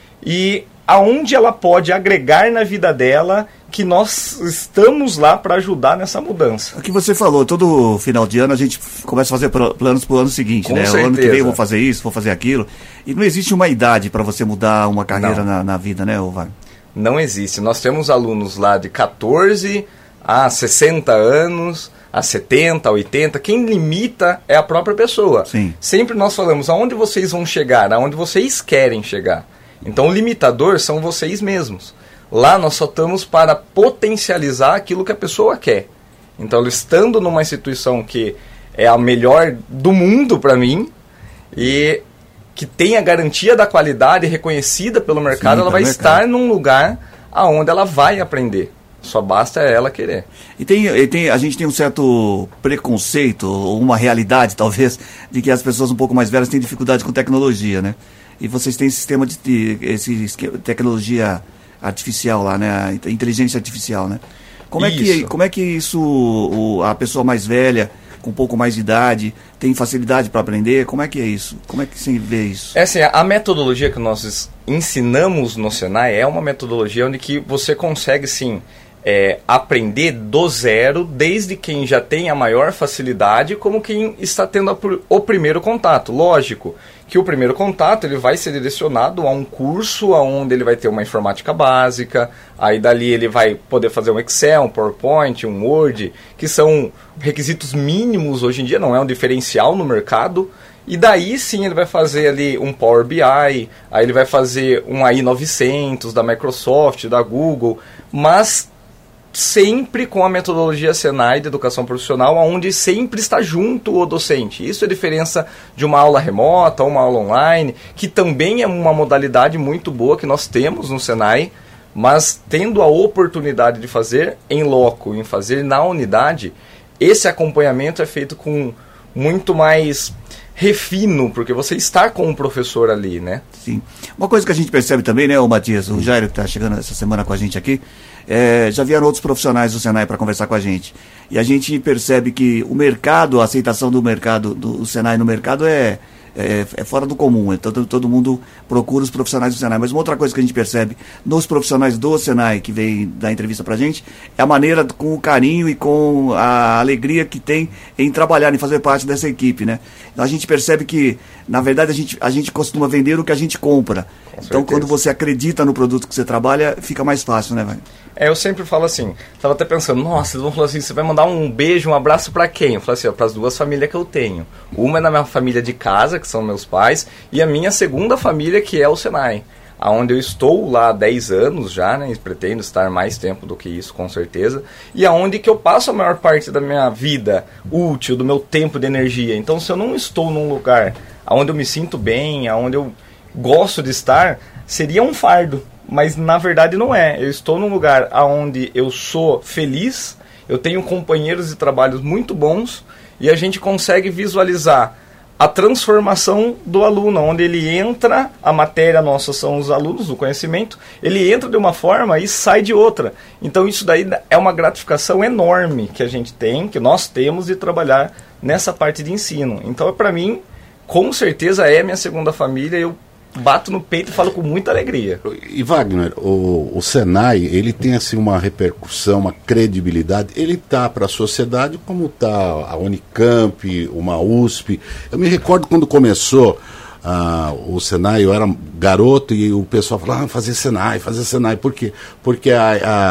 e aonde ela pode agregar na vida dela, que nós estamos lá para ajudar nessa mudança. O que você falou, todo final de ano a gente começa a fazer planos para o ano seguinte, Com né? certeza. O ano que vem eu vou fazer isso, vou fazer aquilo. E não existe uma idade para você mudar uma carreira na, na vida, né, Wagner? Não existe. Nós temos alunos lá de quatorze a sessenta anos, a setenta, oitenta. Quem limita é a própria pessoa. Sim. Sempre nós falamos aonde vocês vão chegar, aonde vocês querem chegar. Então o limitador são vocês mesmos. Lá nós só estamos para potencializar aquilo que a pessoa quer. Então, estando numa instituição que é a melhor do mundo para mim e que tem a garantia da qualidade reconhecida pelo mercado, Sim, ela vai mercado. estar num lugar aonde ela vai aprender. Só basta ela querer. E tem, e tem, a gente tem um certo preconceito, ou uma realidade, talvez, de que as pessoas um pouco mais velhas têm dificuldade com tecnologia, né? E vocês têm esse sistema de, de esse esquema, tecnologia artificial lá, né? A inteligência artificial, né? Como é que, Isso. como é que isso, o, a pessoa mais velha, com um pouco mais de idade, tem facilidade para aprender? Como é que é isso? Como é que você vê isso? É assim, a metodologia que nós ensinamos no Senai é uma metodologia onde que você consegue, sim, é, aprender do zero, desde quem já tem a maior facilidade, como quem está tendo a, pr- o primeiro contato. Lógico que o primeiro contato ele vai ser direcionado a um curso onde ele vai ter uma informática básica, aí dali ele vai poder fazer um Excel, um PowerPoint, um Word, que são requisitos mínimos hoje em dia, não é um diferencial no mercado. E daí sim ele vai fazer ali um Power B I, aí ele vai fazer um A I novecentos da Microsoft, da Google, mas sempre com a metodologia Senai de educação profissional, onde sempre está junto o docente. Isso é a diferença de uma aula remota, uma aula online, que também é uma modalidade muito boa que nós temos no Senai, mas tendo a oportunidade de fazer em loco, em fazer na unidade, esse acompanhamento é feito com muito mais refino, porque você está com o professor ali, né? Sim. Uma coisa que a gente percebe também, né, o Matias, o Jairo que está chegando essa semana com a gente aqui, é, já vieram outros profissionais do Senai para conversar com a gente. E a gente percebe que o mercado, a aceitação do mercado, do Senai no mercado é... É, é fora do comum, então todo, todo mundo procura os profissionais do Senai. Mas uma outra coisa que a gente percebe nos profissionais do Senai, que vem dar entrevista pra gente, é a maneira, com o carinho e com a alegria que tem em trabalhar, em fazer parte dessa equipe, né? Então a gente percebe que, na verdade, a gente, a gente costuma vender o que a gente compra. Com então certeza. Quando você acredita no produto que você trabalha, fica mais fácil, né, vai? É, eu sempre falo assim, estava até pensando, nossa, eles vão falar assim, você vai mandar um beijo, um abraço para quem? Eu falo assim, para as duas famílias que eu tenho. Uma é na minha família de casa, que são meus pais, e a minha segunda família, que é o Senai, onde eu estou lá há dez anos já, né, e pretendo estar mais tempo do que isso, com certeza, e aonde que eu passo a maior parte da minha vida útil, do meu tempo de energia. Então, se eu não estou num lugar onde eu me sinto bem, onde eu gosto de estar, seria um fardo. Mas na verdade não é. Eu estou num lugar onde eu sou feliz, eu tenho companheiros de trabalho muito bons e a gente consegue visualizar a transformação do aluno, onde ele entra, a matéria nossa são os alunos do conhecimento, ele entra de uma forma e sai de outra. Então isso daí é uma gratificação enorme que a gente tem, que nós temos de trabalhar nessa parte de ensino. Então para mim, com certeza é minha segunda família, eu bato no peito e falo com muita alegria. E Wagner, o, o Senai, ele tem assim uma repercussão, uma credibilidade, ele tá para a sociedade como tá a Unicamp, uma U S P. Eu me recordo quando começou ah, o Senai, eu era garoto e o pessoal falava, ah, fazer Senai, fazer Senai. Por quê? Porque a,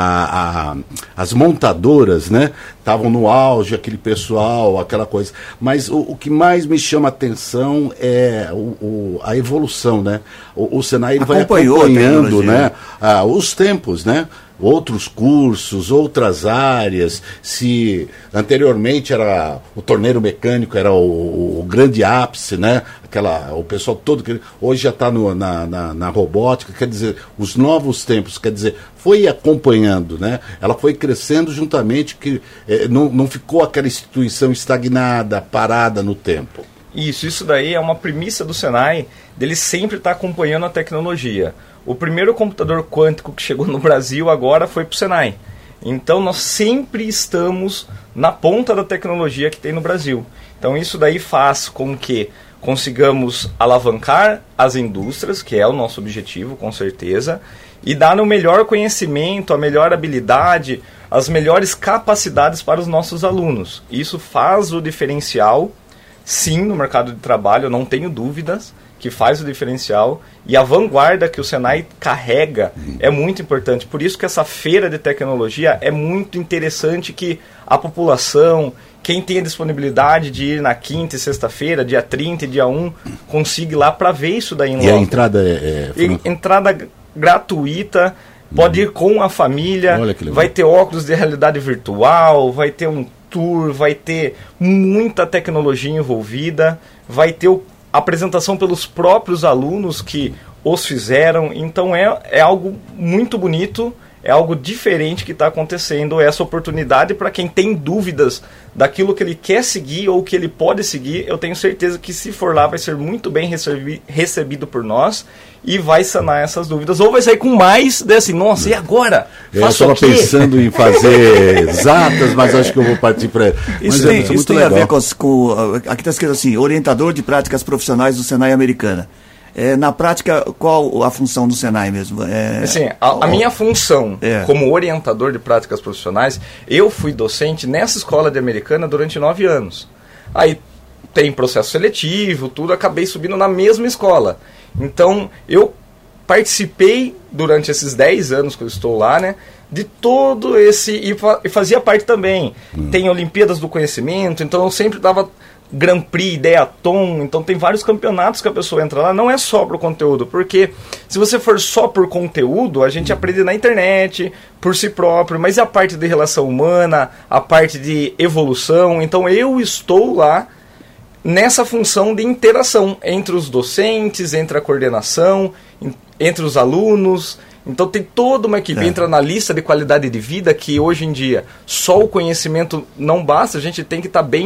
a, a, as montadoras, né, estavam no auge, aquele pessoal, aquela coisa. Mas o, o que mais me chama a atenção é o, o, a evolução, né? O, o Senai ele vai acompanhando, né, ah, os tempos, né? Outros cursos, outras áreas. Se anteriormente era o torneiro mecânico, era o, o grande ápice, né? Aquela, o pessoal todo que hoje já está na, na, na robótica, quer dizer, os novos tempos, quer dizer, foi acompanhando, né? Ela foi crescendo juntamente, que eh, não, não ficou aquela instituição estagnada, parada no tempo. Isso, isso daí é uma premissa do Senai, dele sempre estar tá acompanhando a tecnologia. O primeiro computador quântico que chegou no Brasil agora foi para o Senai. Então nós sempre estamos na ponta da tecnologia que tem no Brasil. Então isso daí faz com que consigamos alavancar as indústrias, que é o nosso objetivo, com certeza, e dar o melhor conhecimento, a melhor habilidade, as melhores capacidades para os nossos alunos. Isso faz o diferencial, sim, no mercado de trabalho, eu não tenho dúvidas, que faz o diferencial, e a vanguarda que o Senai carrega é muito importante. Por isso que essa feira de tecnologia é muito interessante, que a população, quem tem a disponibilidade de ir na quinta e sexta-feira, dia trinta e dia um, consiga ir lá para ver isso daí em loco. E a entrada é... é... E, entrada gratuita, pode ir com a família, vai ter óculos de realidade virtual, vai ter um tour, vai ter muita tecnologia envolvida, vai ter o apresentação pelos próprios alunos que os fizeram. Então é, é algo muito bonito, é algo diferente que está acontecendo, essa oportunidade para quem tem dúvidas daquilo que ele quer seguir ou que ele pode seguir. Eu tenho certeza que se for lá vai ser muito bem recebi, recebido por nós e vai sanar essas dúvidas, ou vai sair com mais desse, nossa, e agora? Eu estava pensando em fazer exatas, mas acho que eu vou partir para... Isso tem, é, isso tem a ver com, com... Aqui está escrito assim, orientador de práticas profissionais do Senai Americana. É, na prática, qual a função do Senai mesmo? É, assim, a, a minha função é. como orientador de práticas profissionais, eu fui docente nessa escola de Americana durante nove anos. Aí tem processo seletivo, tudo, acabei subindo na mesma escola. Então, eu participei durante esses dez anos que eu estou lá, né, de todo esse... E, fa, e fazia parte também. Hum. Tem Olimpíadas do Conhecimento, então eu sempre dava Grand Prix, Ideaton, então tem vários campeonatos que a pessoa entra lá, não é só pro conteúdo, porque se você for só por conteúdo, a gente aprende na internet, por si próprio, mas é a parte de relação humana, a parte de evolução. Então eu estou lá nessa função de interação entre os docentes, entre a coordenação, entre os alunos. Então tem toda uma equipe, é. entra na lista de qualidade de vida, que hoje em dia só o conhecimento não basta, a gente tem que estar bem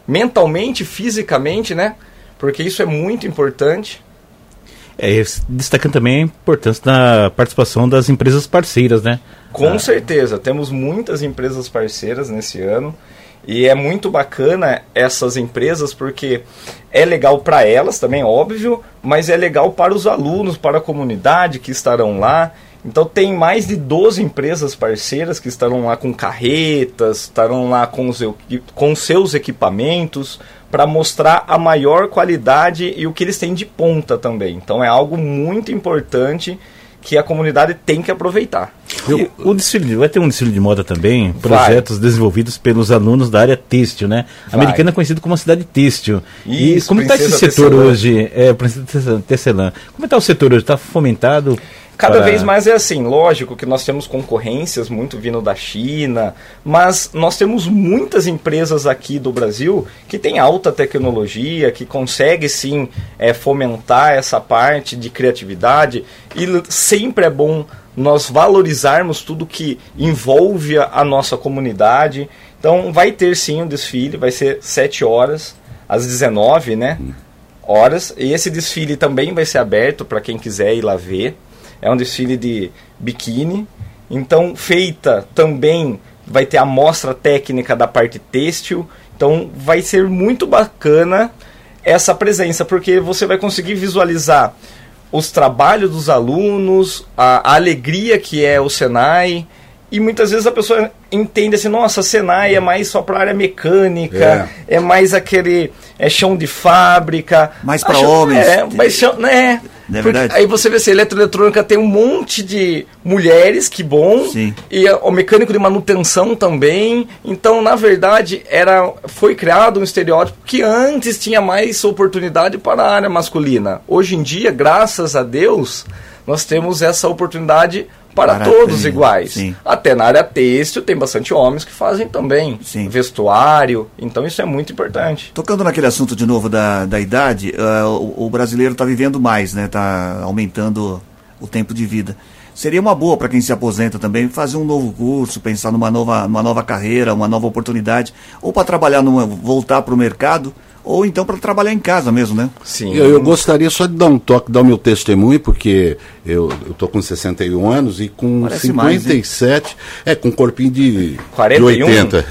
mentalmente, fisicamente, né? Porque isso é muito importante. É, destacando também a importância da participação das empresas parceiras, né? Com ah. certeza, temos muitas empresas parceiras nesse ano. E é muito bacana essas empresas porque é legal para elas também, óbvio, mas é legal para os alunos, para a comunidade que estarão lá. Então tem mais de doze empresas parceiras que estarão lá com carretas, estarão lá com, os, com seus equipamentos para mostrar a maior qualidade e o que eles têm de ponta também. Então é algo muito importante que a comunidade tem que aproveitar. Eu, o desfile, vai ter um desfile de moda também, projetos vai. desenvolvidos pelos alunos da área têxtil, né? A Americana é conhecida como uma cidade têxtil. Isso, e como está esse setor Tecelã. hoje? É, Princesa Tecelã. Como está o setor hoje? Está fomentado? Cada para... vez mais é assim, lógico que nós temos concorrências muito vindo da China, mas nós temos muitas empresas aqui do Brasil que têm alta tecnologia, que conseguem sim é, fomentar essa parte de criatividade, e sempre é bom nós valorizarmos tudo que envolve a nossa comunidade. Então vai ter sim um desfile, vai ser sete horas, às dezenove, né, horas, e esse desfile também vai ser aberto para quem quiser ir lá ver. É um desfile de biquíni, então feita também vai ter a mostra técnica da parte têxtil, então vai ser muito bacana essa presença, porque você vai conseguir visualizar os trabalhos dos alunos, a, a alegria que é o Senai, e muitas vezes a pessoa entende assim, nossa, Senai é mais só para a área mecânica, é. é mais aquele é chão de fábrica. Mais para homens. É, mais chão, né? É verdade. Aí você vê assim, eletroeletrônica tem um monte de mulheres, que bom. Sim. E o mecânico de manutenção também. Então, na verdade, era, foi criado um estereótipo que antes tinha mais oportunidade para a área masculina. Hoje em dia, graças a Deus, nós temos essa oportunidade para Maravilha. todos iguais. Sim. Até na área têxtil tem bastante homens que fazem também. Sim. Vestuário. Então isso é muito importante. Tocando naquele assunto de novo da, da idade, uh, o, o brasileiro está vivendo mais, né? Está aumentando o tempo de vida. Seria uma boa para quem se aposenta também fazer um novo curso, pensar numa nova, numa nova carreira, uma nova oportunidade, ou para trabalhar, numa, voltar para o mercado, ou então para trabalhar em casa mesmo, né? Sim. Eu, eu gostaria só de dar um toque, dar o meu testemunho, porque eu estou com sessenta e um anos e com Parece cinquenta e sete, mais, é, com um corpinho de, quarenta e um? de oitenta.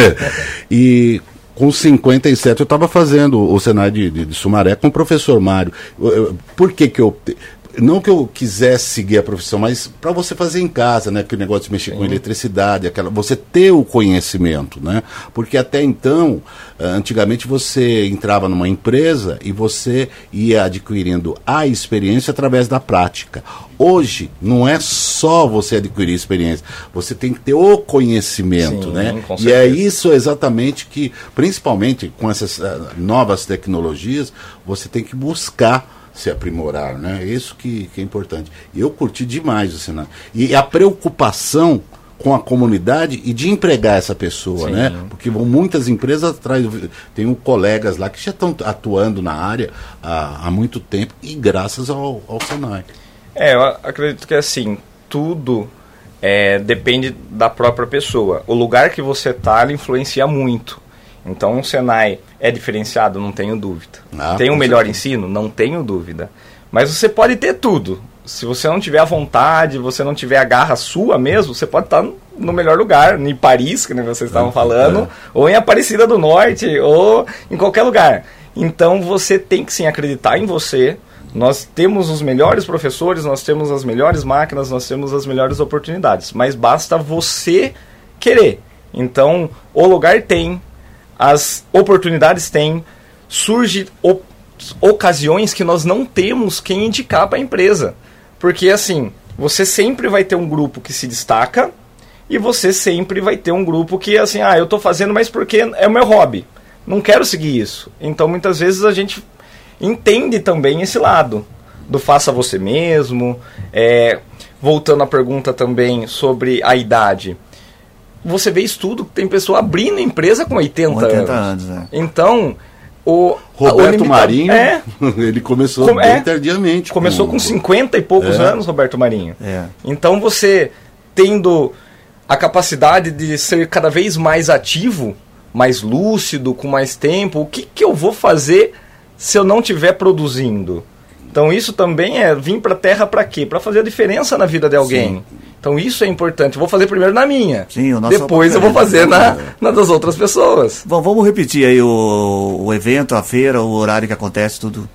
E com cinquenta e sete eu estava fazendo o Senai de, de, de Sumaré com o professor Mário. Eu, eu, por que que eu... Não que eu quisesse seguir a profissão, mas para você fazer em casa, né? Aquele negócio de mexer Sim. com eletricidade, aquela, você ter o conhecimento, né? Porque até então, antigamente você entrava numa empresa e você ia adquirindo a experiência através da prática. Hoje, não é só você adquirir experiência, você tem que ter o conhecimento, Sim, né? Com certeza. E é isso exatamente que, principalmente com essas uh, novas tecnologias, você tem que buscar se aprimorar, né? Isso que, que é importante. Eu curti demais o Senai. E a preocupação com a comunidade e de empregar essa pessoa, Sim. né? Porque vão muitas empresas atrás, tem colegas lá que já estão atuando na área há, há muito tempo e graças ao, ao Senai. É, eu acredito que assim, tudo é, depende da própria pessoa. O lugar que você está, ele influencia muito. Então o Senai é diferenciado, não tenho dúvida. Ah, tem um melhor certeza. ensino? Não tenho dúvida. Mas você pode ter tudo. Se você não tiver a vontade, você não tiver a garra sua mesmo, você pode estar no melhor lugar, em Paris, que vocês estavam falando, é. ou em Aparecida do Norte, ou em qualquer lugar. Então você tem que sim acreditar em você. Nós temos os melhores professores, nós temos as melhores máquinas, nós temos as melhores oportunidades. Mas basta você querer. Então o lugar tem, as oportunidades têm, surgem op- ocasiões que nós não temos quem indicar para a empresa. Porque assim, você sempre vai ter um grupo que se destaca e você sempre vai ter um grupo que assim, ah, eu estou fazendo mas porque é o meu hobby, não quero seguir isso. Então muitas vezes a gente entende também esse lado do faça você mesmo. É, voltando à pergunta também sobre a idade, você vê estudo, tem pessoa abrindo empresa com oitenta, oitenta anos. anos né? Então, o Roberto o Marinho, é, ele começou com, bem é, tardiamente. Começou com, com cinquenta e poucos é. anos, Roberto Marinho. É. Então, você tendo a capacidade de ser cada vez mais ativo, mais lúcido, com mais tempo, o que, que eu vou fazer se eu não estiver produzindo? Então isso também é vir para a Terra para quê? Para fazer a diferença na vida de alguém. Sim. Então isso é importante. Eu vou fazer primeiro na minha. Sim, o nosso Depois eu vou fazer na, na das outras pessoas. Bom, vamos repetir aí o, o evento, a feira, o horário que acontece, tudo.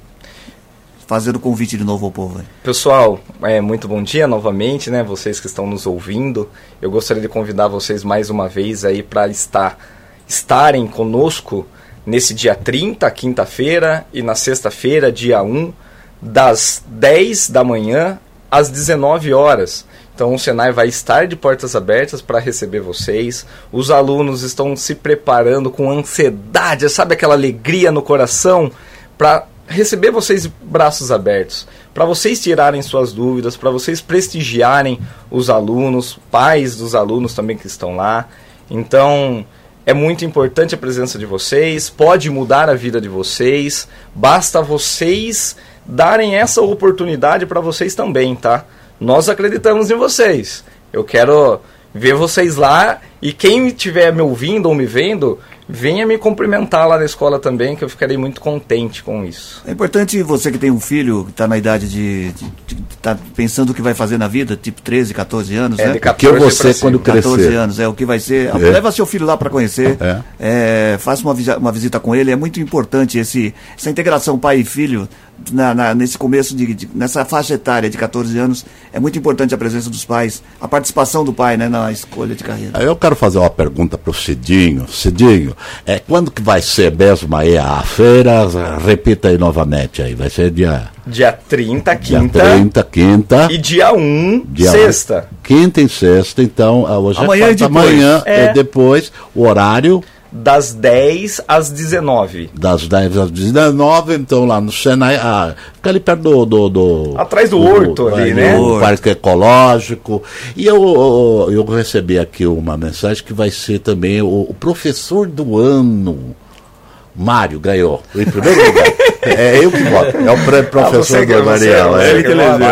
Fazendo convite de novo ao povo. Aí. Pessoal, é, muito bom dia novamente, né? Vocês que estão nos ouvindo. Eu gostaria de convidar vocês mais uma vez aí para estar, estarem conosco nesse dia trinta, quinta-feira, e na sexta-feira, dia um, das dez da manhã às dezenove horas. Então o Senai vai estar de portas abertas para receber vocês. Os alunos estão se preparando com ansiedade, sabe aquela alegria no coração para receber vocês de braços abertos, para vocês tirarem suas dúvidas, para vocês prestigiarem os alunos, pais dos alunos também que estão lá. Então é muito importante a presença de vocês, pode mudar a vida de vocês, basta vocês darem essa oportunidade para vocês também, tá? Nós acreditamos em vocês. Eu quero ver vocês lá, e quem estiver me ouvindo ou me vendo, venha me cumprimentar lá na escola também, que eu ficarei muito contente com isso. É importante você que tem um filho que está na idade de, de, de, de tá pensando o que vai fazer na vida, tipo treze, catorze anos, é, né? De catorze que você quando crescer. catorze anos, é o que vai ser. É. Leva seu filho lá para conhecer, é. É, faça uma, uma visita com ele. É muito importante esse, essa integração pai e filho. Na, na, nesse começo, de, de, nessa faixa etária de catorze anos, é muito importante a presença dos pais, a participação do pai, né, na escolha de carreira. Eu quero fazer uma pergunta para o Cidinho. Cidinho, é, quando que vai ser mesmo aí a feira? Repita aí novamente aí, vai ser dia... Dia trinta, quinta. Dia trinta, quinta. E dia um, dia sexta. Um, quinta e sexta, então, hoje amanhã é depois. Amanhã é. e depois, o horário... Das dez às dezenove. Das dez às dezenove, então lá no Senai, ah, fica ali perto do... do, do Atrás do, do horto ali, do, né? Do Parque Ecológico. E eu, eu, eu recebi aqui uma mensagem que vai ser também o, o professor do ano. Mário ganhou, em primeiro lugar. É eu que voto, é o prêmio professor ah, do Mariel. É ele que elegeu.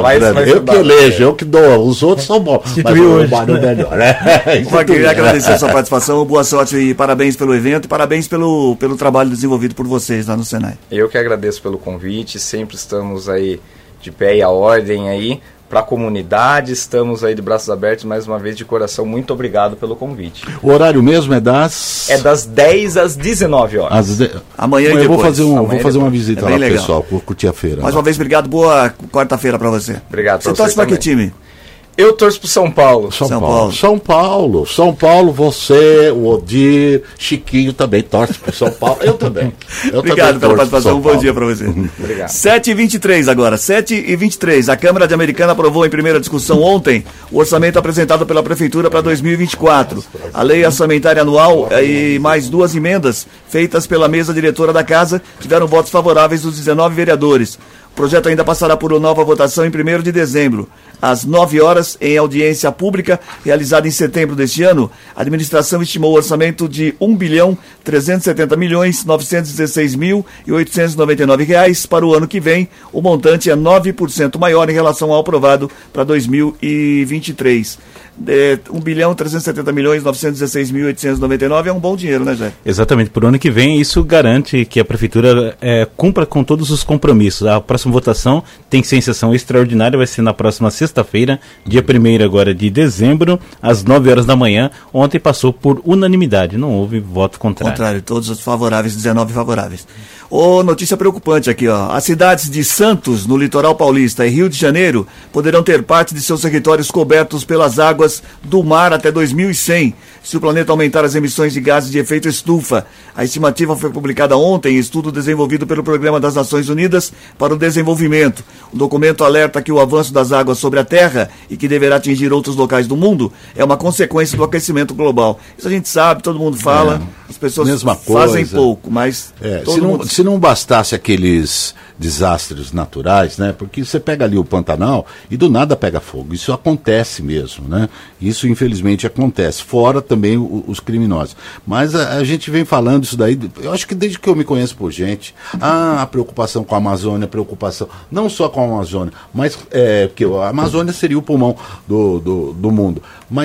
Eu que elejo, eu que dou, os outros são bons. Mas o Mário é melhor. Eu queria agradecer a sua participação, boa sorte e parabéns pelo evento e parabéns pelo, pelo trabalho desenvolvido por vocês lá no Senai. Eu que agradeço pelo convite, sempre estamos aí de pé e a ordem aí. Para a comunidade, estamos aí de braços abertos, mais uma vez de coração, muito obrigado pelo convite. O horário mesmo é das... É das dez às dezenove horas. De... Amanhã e depois. Eu vou fazer, um, Amanhã vou fazer uma visita é lá, legal. pessoal, por curtir a feira. Mais lá. Uma vez, obrigado, boa quarta-feira para você. Obrigado Você torce para que time? Eu torço pro São Paulo. São, São Paulo. Paulo. São Paulo. São Paulo, você, o Odir, Chiquinho também torce pro São Paulo. Eu também. Eu Obrigado também pela participação. Um bom dia para você. Obrigado. sete e vinte e três agora. sete e vinte e três. A Câmara de Americana aprovou em primeira discussão ontem o orçamento apresentado pela Prefeitura para dois mil e vinte e quatro. A lei orçamentária anual e mais duas emendas feitas pela mesa diretora da Casa tiveram votos favoráveis dos dezenove vereadores. O projeto ainda passará por uma nova votação em primeiro de dezembro. Às nove horas, em audiência pública, realizada em setembro deste ano, a administração estimou o orçamento de um bilhão trezentos e setenta milhões novecentos e dezesseis mil e oitocentos e noventa e nove reais para o ano que vem. O montante é nove por cento maior em relação ao aprovado para dois mil e vinte e três. É, um bilhão trezentos e setenta milhões novecentos e dezesseis mil e oitocentos e noventa e nove é um bom dinheiro, né, Zé? Exatamente, por ano que vem isso garante que a Prefeitura é, cumpra com todos os compromissos. A próxima votação tem que ser em sessão extraordinária, vai ser na próxima sexta-feira, dia primeiro agora de dezembro, às nove horas da manhã. Ontem passou por unanimidade, não houve voto contrário. Contrário, todos os favoráveis, dezenove favoráveis. Ô, notícia preocupante aqui, ó. As cidades de Santos, no litoral paulista, e Rio de Janeiro poderão ter parte de seus territórios cobertos pelas águas do mar até dois mil e cem, se o planeta aumentar as emissões de gases de efeito estufa. A estimativa foi publicada ontem em estudo desenvolvido pelo Programa das Nações Unidas para o Desenvolvimento. O documento alerta que o avanço das águas sobre a Terra e que deverá atingir outros locais do mundo é uma consequência do aquecimento global. Isso a gente sabe, todo mundo fala, é, as pessoas mesma fazem coisa. pouco, mas... É, todo se, não, mundo... se não bastasse aqueles desastres naturais, né? Porque você pega ali o Pantanal e do nada pega fogo. Isso acontece mesmo, né? Isso infelizmente acontece. Fora também o, os criminosos. Mas a, a gente vem falando isso daí, eu acho que desde que eu me conheço por gente, ah, a preocupação com a Amazônia, a preocupação não só com a Amazônia, mas é, que a Amazônia seria o pulmão do, do, do mundo. Mas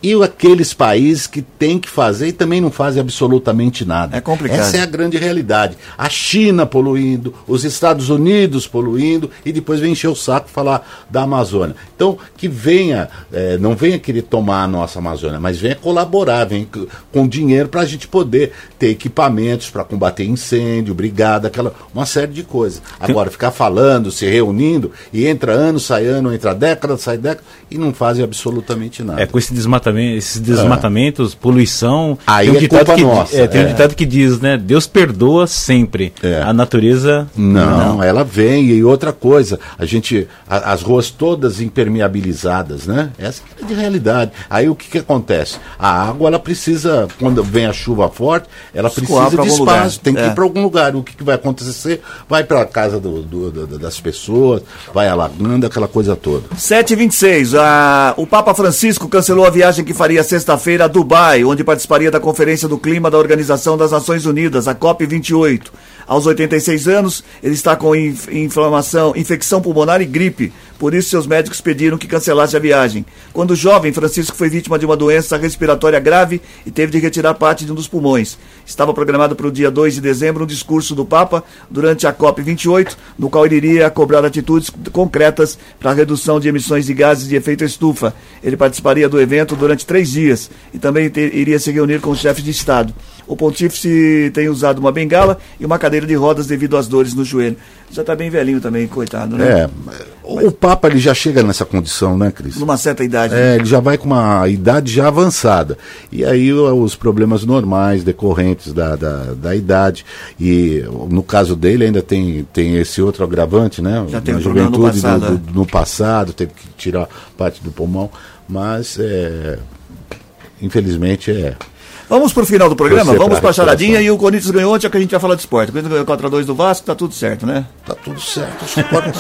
e aqueles países que têm que fazer e também não fazem absolutamente nada. É complicado. Essa é a grande realidade. A China poluindo, os Estados Unidos poluindo, e depois vem encher o saco falar da Amazônia. Então, que venha, é, não venha querer tomar a nossa Amazônia, mas venha colaborar, venha com dinheiro para a gente poder ter equipamentos para combater incêndio, brigada, aquela, uma série de coisas. Agora, ficar falando, se reunindo, e entra ano, sai ano, entra década, sai década, e não fazem absolutamente nada. É, com esse desmatamento, esses desmatamentos, é. poluição... Aí tem um é culpa que, nossa. É, tem é. um ditado que diz, né, Deus perdoa sempre, é. a natureza... Não, não, ela vem, e outra coisa, a gente, a, as ruas todas impermeabilizadas, né, essa é de realidade. Aí o que que acontece? A água, ela precisa, quando vem a chuva forte, ela Escoar precisa de espaço, lugar. tem que é. ir para algum lugar. O que que vai acontecer? Vai para a casa do, do, do, das pessoas, vai alagando, aquela coisa toda. sete e vinte e seis, a, o Papa Francisco cancelou a viagem que faria sexta-feira a Dubai, onde participaria da Conferência do Clima da Organização das Nações Unidas, a COP vinte e oito. Aos oitenta e seis anos, ele está com inf- inflamação, infecção pulmonar e gripe. Por isso, seus médicos pediram que cancelasse a viagem. Quando jovem, Francisco foi vítima de uma doença respiratória grave e teve de retirar parte de um dos pulmões. Estava programado para o dia dois de dezembro um discurso do Papa durante a COP vinte e oito, no qual ele iria cobrar atitudes concretas para a redução de emissões de gases de efeito estufa. Ele participaria do evento durante três dias e também ter, iria se reunir com os chefes de Estado. O pontífice tem usado uma bengala e uma cadeira de rodas devido às dores no joelho. Já está bem velhinho também, coitado, né? É, o Mas, Papa ele já chega nessa condição, né, Cris? Numa certa idade. É, né? ele já vai com uma idade já avançada. E aí os problemas normais decorrentes da, da, da idade. E no caso dele ainda tem, tem esse outro agravante, né? Já tem Na um problema no juventude, passado, no, é. no passado, teve que tirar parte do pulmão. Mas, é, infelizmente, é... Vamos pro final do programa, Você vamos pra pra charadinha e o Corinthians ganhou ontem, é que a gente vai falar de esporte. O Corinthians ganhou quatro a dois do Vasco, tá tudo certo, né? Tá tudo certo. Acho que pode...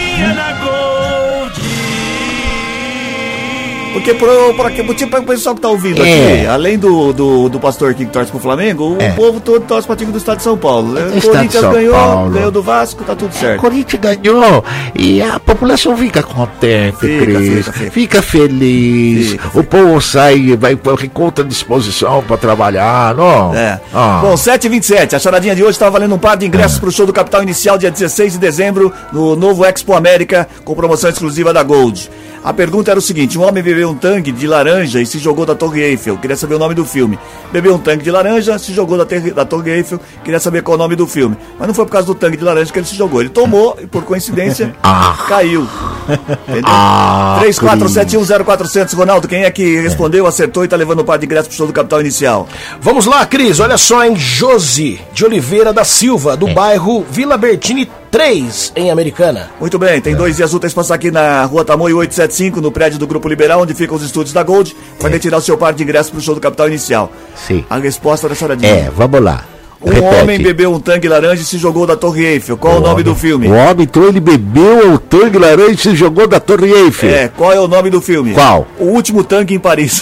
Porque pro, pra, pra, o pessoal que tá ouvindo é. aqui, além do, do, do pastor aqui que torce pro Flamengo, o é. povo todo torce pra time do estado de São Paulo. O Estado Corinthians São ganhou, Paulo. ganhou do Vasco, tá tudo certo. O Corinthians ganhou e a população fica contente, Fica, Cris. fica, fica. Fica feliz. Fica, o povo sai, vai encontra disposição para trabalhar, não? É. Ah. Bom, sete e vinte e sete, a charadinha de hoje estava valendo um par de ingressos é. pro show do Capital Inicial, dia dezesseis de dezembro, no novo Expo América, com promoção exclusiva da Gold. A pergunta era o seguinte: um homem bebeu um tangue de laranja e se jogou da Torre Eiffel. Queria saber o nome do filme. Bebeu um tangue de laranja, se jogou da, ter- da Torre Eiffel. Queria saber qual o nome do filme. Mas não foi por causa do tangue de laranja que ele se jogou. Ele tomou e, por coincidência, ah. caiu. Entendeu? Ah, três quatro sete um zero quatro zero zero. Ronaldo, quem é que respondeu, acertou e tá levando o par de ingressos pro show do Capital Inicial? Vamos lá, Cris. Olha só, em Josi de Oliveira da Silva, do é. bairro Vila Bertini três, em Americana. Muito bem, tem é. dois dias úteis passar aqui na rua Tamoio oitocentos e setenta e cinco, no prédio do Grupo Liberal, onde ficam os estúdios da Gold, para é. retirar o seu par de ingressos pro show do Capital Inicial. Sim. A resposta da charadinha. É, vamos lá. Um Repete. homem bebeu um tangue laranja e se jogou da Torre Eiffel. Qual o, o nome homem, do filme? O homem, então, ele bebeu o tangue laranja e se jogou da Torre Eiffel. É, qual é o nome do filme? Qual? O Último Tanque em Paris.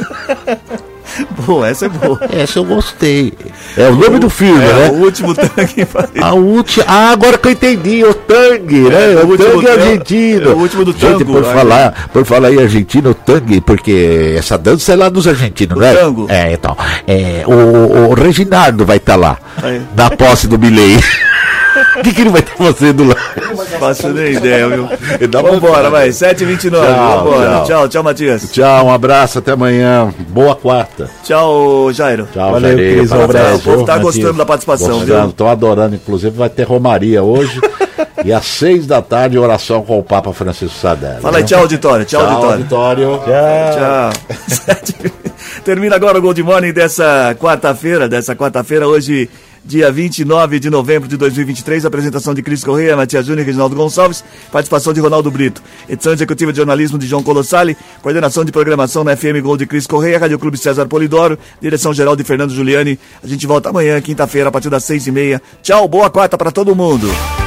Boa, essa é boa. Essa eu gostei. É o nome o, do filme, é, né? O Último Tanque em Paris. A ulti... Ah, agora que eu entendi, o tangue, né? É, o, o tangue é, argentino. É o último do tango. Gente, por falar, por falar em argentino, o tangue, porque essa dança é lá dos argentinos, o né? Tango. É, então. É, o, o Reginaldo vai estar tá lá, é. na posse do Milei. O que, que ele vai estar fazendo lá? Não faço nem ideia, viu? Vambora, vai. sete e vinte e nove. Tchau, tchau. tchau, tchau, Matias. Tchau, um abraço, até amanhã. Boa quarta. Tchau, Jairo. Tchau, valeu, Cris. Um abraço. O povo tá gostando da participação, gostando, viu? Tô adorando, inclusive vai ter Romaria hoje. E às seis da tarde, oração com o Papa Francisco Sadelli. Fala aí, tchau, auditório. Tchau, tchau auditório. auditório. Tchau. Tchau. Termina agora o Gold Morning dessa quarta-feira, dessa quarta-feira, hoje, dia vinte e nove de novembro de dois mil e vinte e três, apresentação de Cris Correia, Matias Júnior e Reginaldo Gonçalves, participação de Ronaldo Brito, edição executiva de jornalismo de João Colossali, coordenação de programação na F M Gold de Cris Correia, Rádio Clube César Polidoro, direção geral de Fernando Giuliani. A gente volta amanhã, quinta-feira, a partir das seis e meia. Tchau, boa quarta para todo mundo.